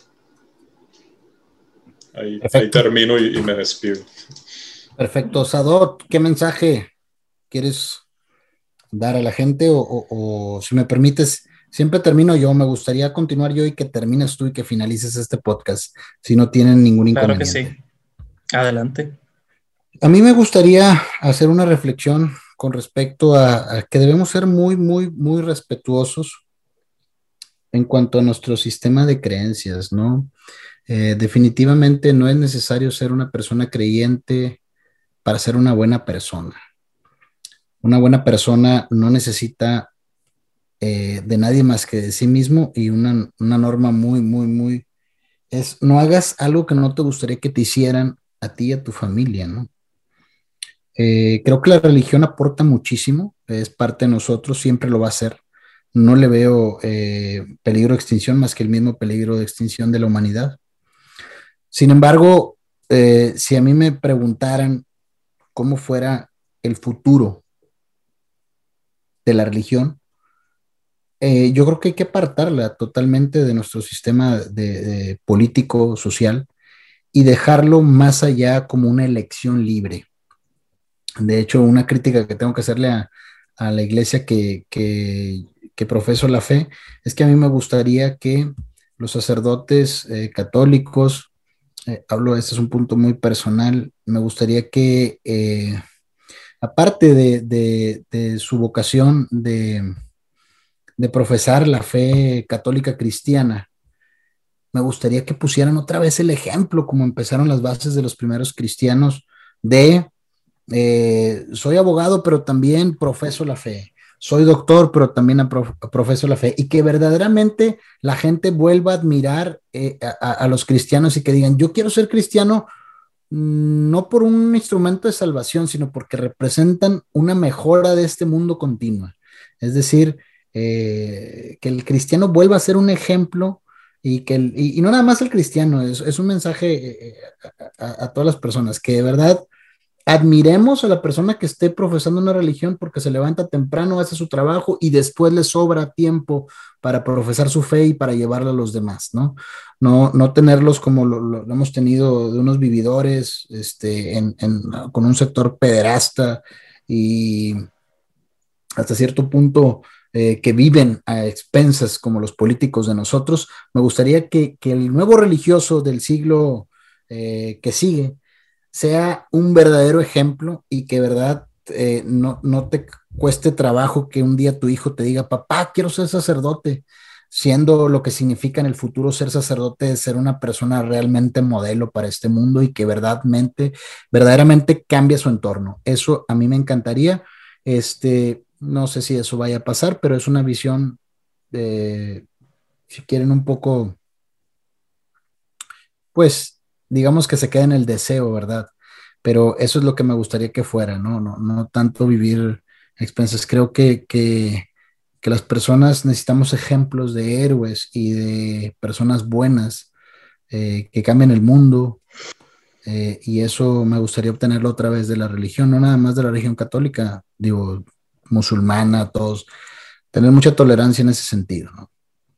S3: Ahí, ahí termino y, y me despido.
S1: Perfecto. Sadot, ¿qué mensaje quieres dar a la gente? O, o, o si me permites, Siempre termino yo, me gustaría continuar yo y que termines tú y que finalices este podcast, si no tienen ningún
S2: Claro que
S1: inconveniente.
S2: sí. Adelante.
S1: A mí me gustaría hacer una reflexión con respecto a, a que debemos ser muy, muy, muy respetuosos en cuanto a nuestro sistema de creencias, ¿no? Eh, definitivamente no es necesario ser una persona creyente para ser una buena persona. Una buena persona no necesita eh, de nadie más que de sí mismo, y una, una norma muy, muy, muy es no hagas algo que no te gustaría que te hicieran a ti y a tu familia, ¿no? Eh, creo que la religión aporta muchísimo, es parte de nosotros, siempre lo va a hacer. No le veo eh, peligro de extinción más que el mismo peligro de extinción de la humanidad. Sin embargo, eh, si a mí me preguntaran cómo fuera el futuro de la religión, eh, yo creo que hay que apartarla totalmente de nuestro sistema de, de político, social, y dejarlo más allá como una elección libre. De hecho, una crítica que tengo que hacerle a, a la iglesia que, que, que profeso la fe es que a mí me gustaría que los sacerdotes eh, católicos, eh, hablo, este es un punto muy personal, me gustaría que eh, aparte de, de, de, su vocación de, de profesar la fe católica cristiana, me gustaría que pusieran otra vez el ejemplo, como empezaron las bases de los primeros cristianos, de eh, soy abogado, pero también profeso la fe. Soy doctor, pero también prof, profeso la fe. Y que verdaderamente la gente vuelva a admirar eh, a, a los cristianos y que digan, yo quiero ser cristiano no por un instrumento de salvación, sino porque representan una mejora de este mundo continua. Es decir, eh, que el cristiano vuelva a ser un ejemplo y que el, y, y no nada más el cristiano, es, es un mensaje eh, a, a, a todas las personas, que de verdad admiremos a la persona que esté profesando una religión porque se levanta temprano, hace su trabajo y después le sobra tiempo para profesar su fe y para llevarla a los demás, ¿no? No, no tenerlos como lo, lo, lo hemos tenido de unos vividores este, en, en, con un sector pederasta y hasta cierto punto eh, que viven a expensas como los políticos de nosotros. Me gustaría que, que el nuevo religioso del siglo eh, que sigue sea un verdadero ejemplo y que verdad eh, no, no te cueste trabajo que un día tu hijo te diga, papá, quiero ser sacerdote, siendo lo que significa en el futuro ser sacerdote, ser una persona realmente modelo para este mundo y que verdaderamente, verdaderamente cambie su entorno. Eso a mí me encantaría. Este, no sé si eso vaya a pasar, pero es una visión, de, si quieren, un poco, pues, digamos que se queda en el deseo, ¿verdad? Pero eso es lo que me gustaría que fuera, ¿no? No, no tanto vivir expensas. Creo que, que, que las personas necesitamos ejemplos de héroes y de personas buenas eh, que cambien el mundo, eh, y eso me gustaría obtenerlo otra vez de la religión, no nada más de la religión católica, digo, musulmana, todos, tener mucha tolerancia en ese sentido, ¿no?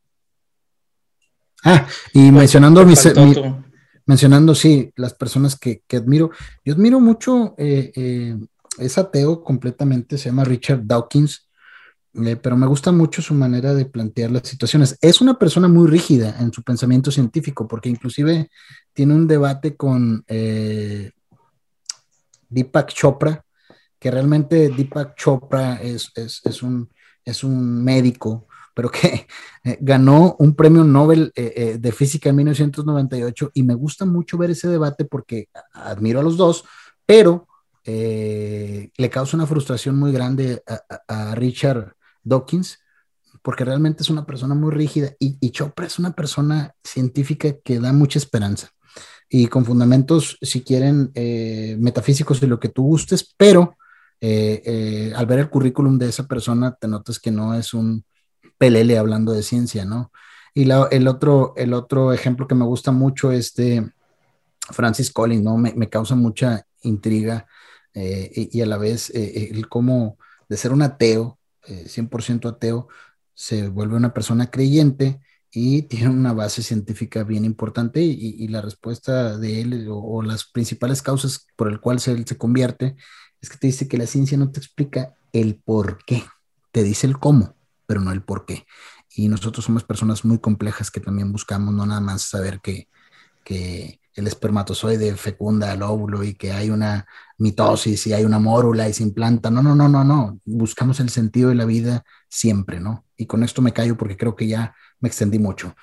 S1: Ah, y
S2: Pues
S1: mencionando
S2: te
S1: mis,
S2: faltó
S1: mi,
S2: tú.
S1: mencionando, sí, las personas que, que admiro. Yo admiro mucho, eh, eh, es ateo completamente, se llama Richard Dawkins, eh, pero me gusta mucho su manera de plantear las situaciones. Es una persona muy rígida en su pensamiento científico, porque inclusive tiene un debate con eh, Deepak Chopra, que realmente Deepak Chopra es, es, es, un, es un médico, pero que eh, ganó un premio Nobel eh, eh, de física en mil novecientos noventa y ocho, y me gusta mucho ver ese debate porque admiro a los dos, pero eh, le causa una frustración muy grande a, a, a Richard Dawkins, porque realmente es una persona muy rígida y, y Chopra es una persona científica que da mucha esperanza y con fundamentos, si quieren, eh, metafísicos y lo que tú gustes, pero eh, eh, al ver el currículum de esa persona te notas que no es un pelele hablando de ciencia, ¿no? Y la, el, otro, el otro ejemplo que me gusta mucho es de Francis Collins, ¿no? Me, me causa mucha intriga eh, y, y, a la vez eh, el cómo de ser un ateo, eh, cien por ciento ateo, se vuelve una persona creyente y tiene una base científica bien importante y, y la respuesta de él o, o, las principales causas por el cual se, él se convierte es que te dice que la ciencia no te explica el por qué, te dice el cómo, pero no el por qué. y nosotros somos personas muy complejas que también buscamos no nada más saber que, que el espermatozoide fecunda al óvulo y que hay una mitosis y hay una mórula y se implanta. No, no, no, no, no. Buscamos el sentido de la vida siempre, ¿no? Y con esto me callo porque creo que ya me extendí mucho.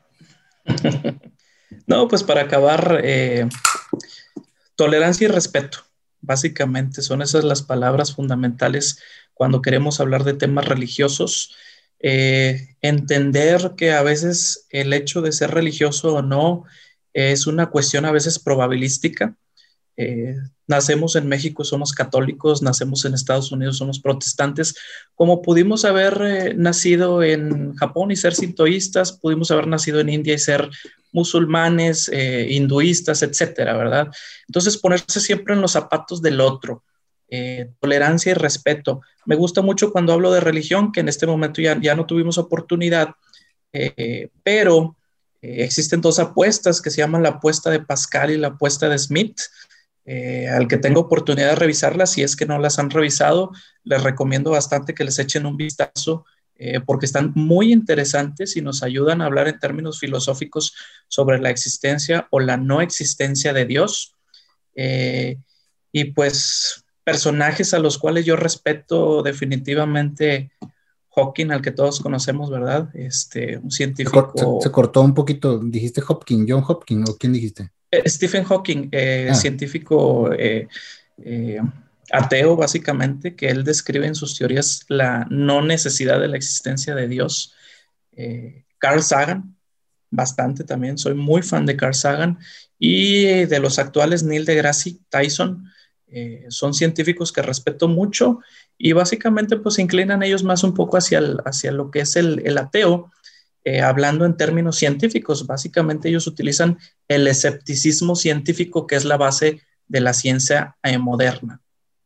S2: No, pues para acabar, eh, tolerancia y respeto, básicamente son esas las palabras fundamentales cuando queremos hablar de temas religiosos. Eh, entender que a veces el hecho de ser religioso o no es una cuestión a veces probabilística. Eh, nacemos en México, somos católicos, nacemos en Estados Unidos, somos protestantes, como pudimos haber eh, nacido en Japón y ser sintoístas, pudimos haber nacido en India y ser musulmanes, eh, hinduistas, etcétera, ¿verdad? Entonces, ponerse siempre en los zapatos del otro, eh, tolerancia y respeto. Me gusta mucho cuando hablo de religión, que en este momento ya, ya no tuvimos oportunidad, eh, pero eh, existen dos apuestas que se llaman la apuesta de Pascal y la apuesta de Smith. Eh, al que tenga oportunidad de revisarlas, si es que no las han revisado, les recomiendo bastante que les echen un vistazo eh, porque están muy interesantes y nos ayudan a hablar en términos filosóficos sobre la existencia o la no existencia de Dios. Eh, y pues personajes a los cuales yo respeto definitivamente, Hawking, al que todos conocemos, ¿verdad? Este, un científico.
S1: Se, cort, se, se cortó un poquito, dijiste Hopkins, John Hopkins, ¿o quién dijiste?
S2: Stephen Hawking, eh, ah. científico eh, eh, ateo básicamente, que él describe en sus teorías la no necesidad de la existencia de Dios. Eh, Carl Sagan, bastante también, soy muy fan de Carl Sagan, y de los actuales Neil deGrasse Tyson, eh, son científicos que respeto mucho y básicamente pues se inclinan ellos más un poco hacia, el, hacia lo que es el, el ateo. Eh, hablando en términos científicos, básicamente ellos utilizan el escepticismo científico, que es la base de la ciencia eh, moderna.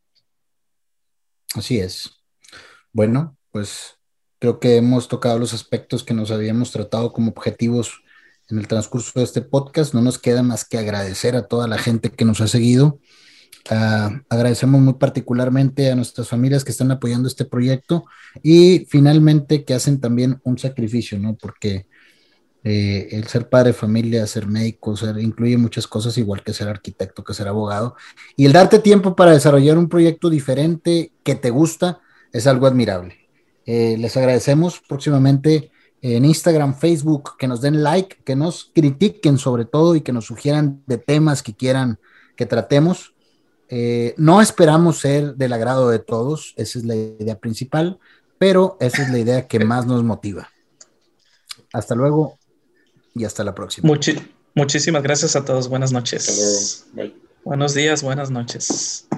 S1: Así es. Bueno, pues creo que hemos tocado los aspectos que nos habíamos tratado como objetivos en el transcurso de este podcast. No nos queda más que agradecer a toda la gente que nos ha seguido. Uh, agradecemos muy particularmente a nuestras familias que están apoyando este proyecto y finalmente que hacen también un sacrificio, ¿no? Porque eh, el ser padre de familia, ser médico, ser, incluye muchas cosas, igual que ser arquitecto, que ser abogado, y el darte tiempo para desarrollar un proyecto diferente que te gusta es algo admirable. Eh, les agradecemos próximamente en Instagram, Facebook, que nos den like, que nos critiquen sobre todo y que nos sugieran de temas que quieran que tratemos. Eh, no esperamos ser del agrado de todos, esa es la idea principal, pero esa es la idea que más nos motiva. Hasta luego y hasta la próxima.
S2: Muchi- muchísimas gracias a todos. Buenas noches.
S3: Hasta luego. Bye.
S2: Buenos días, buenas noches.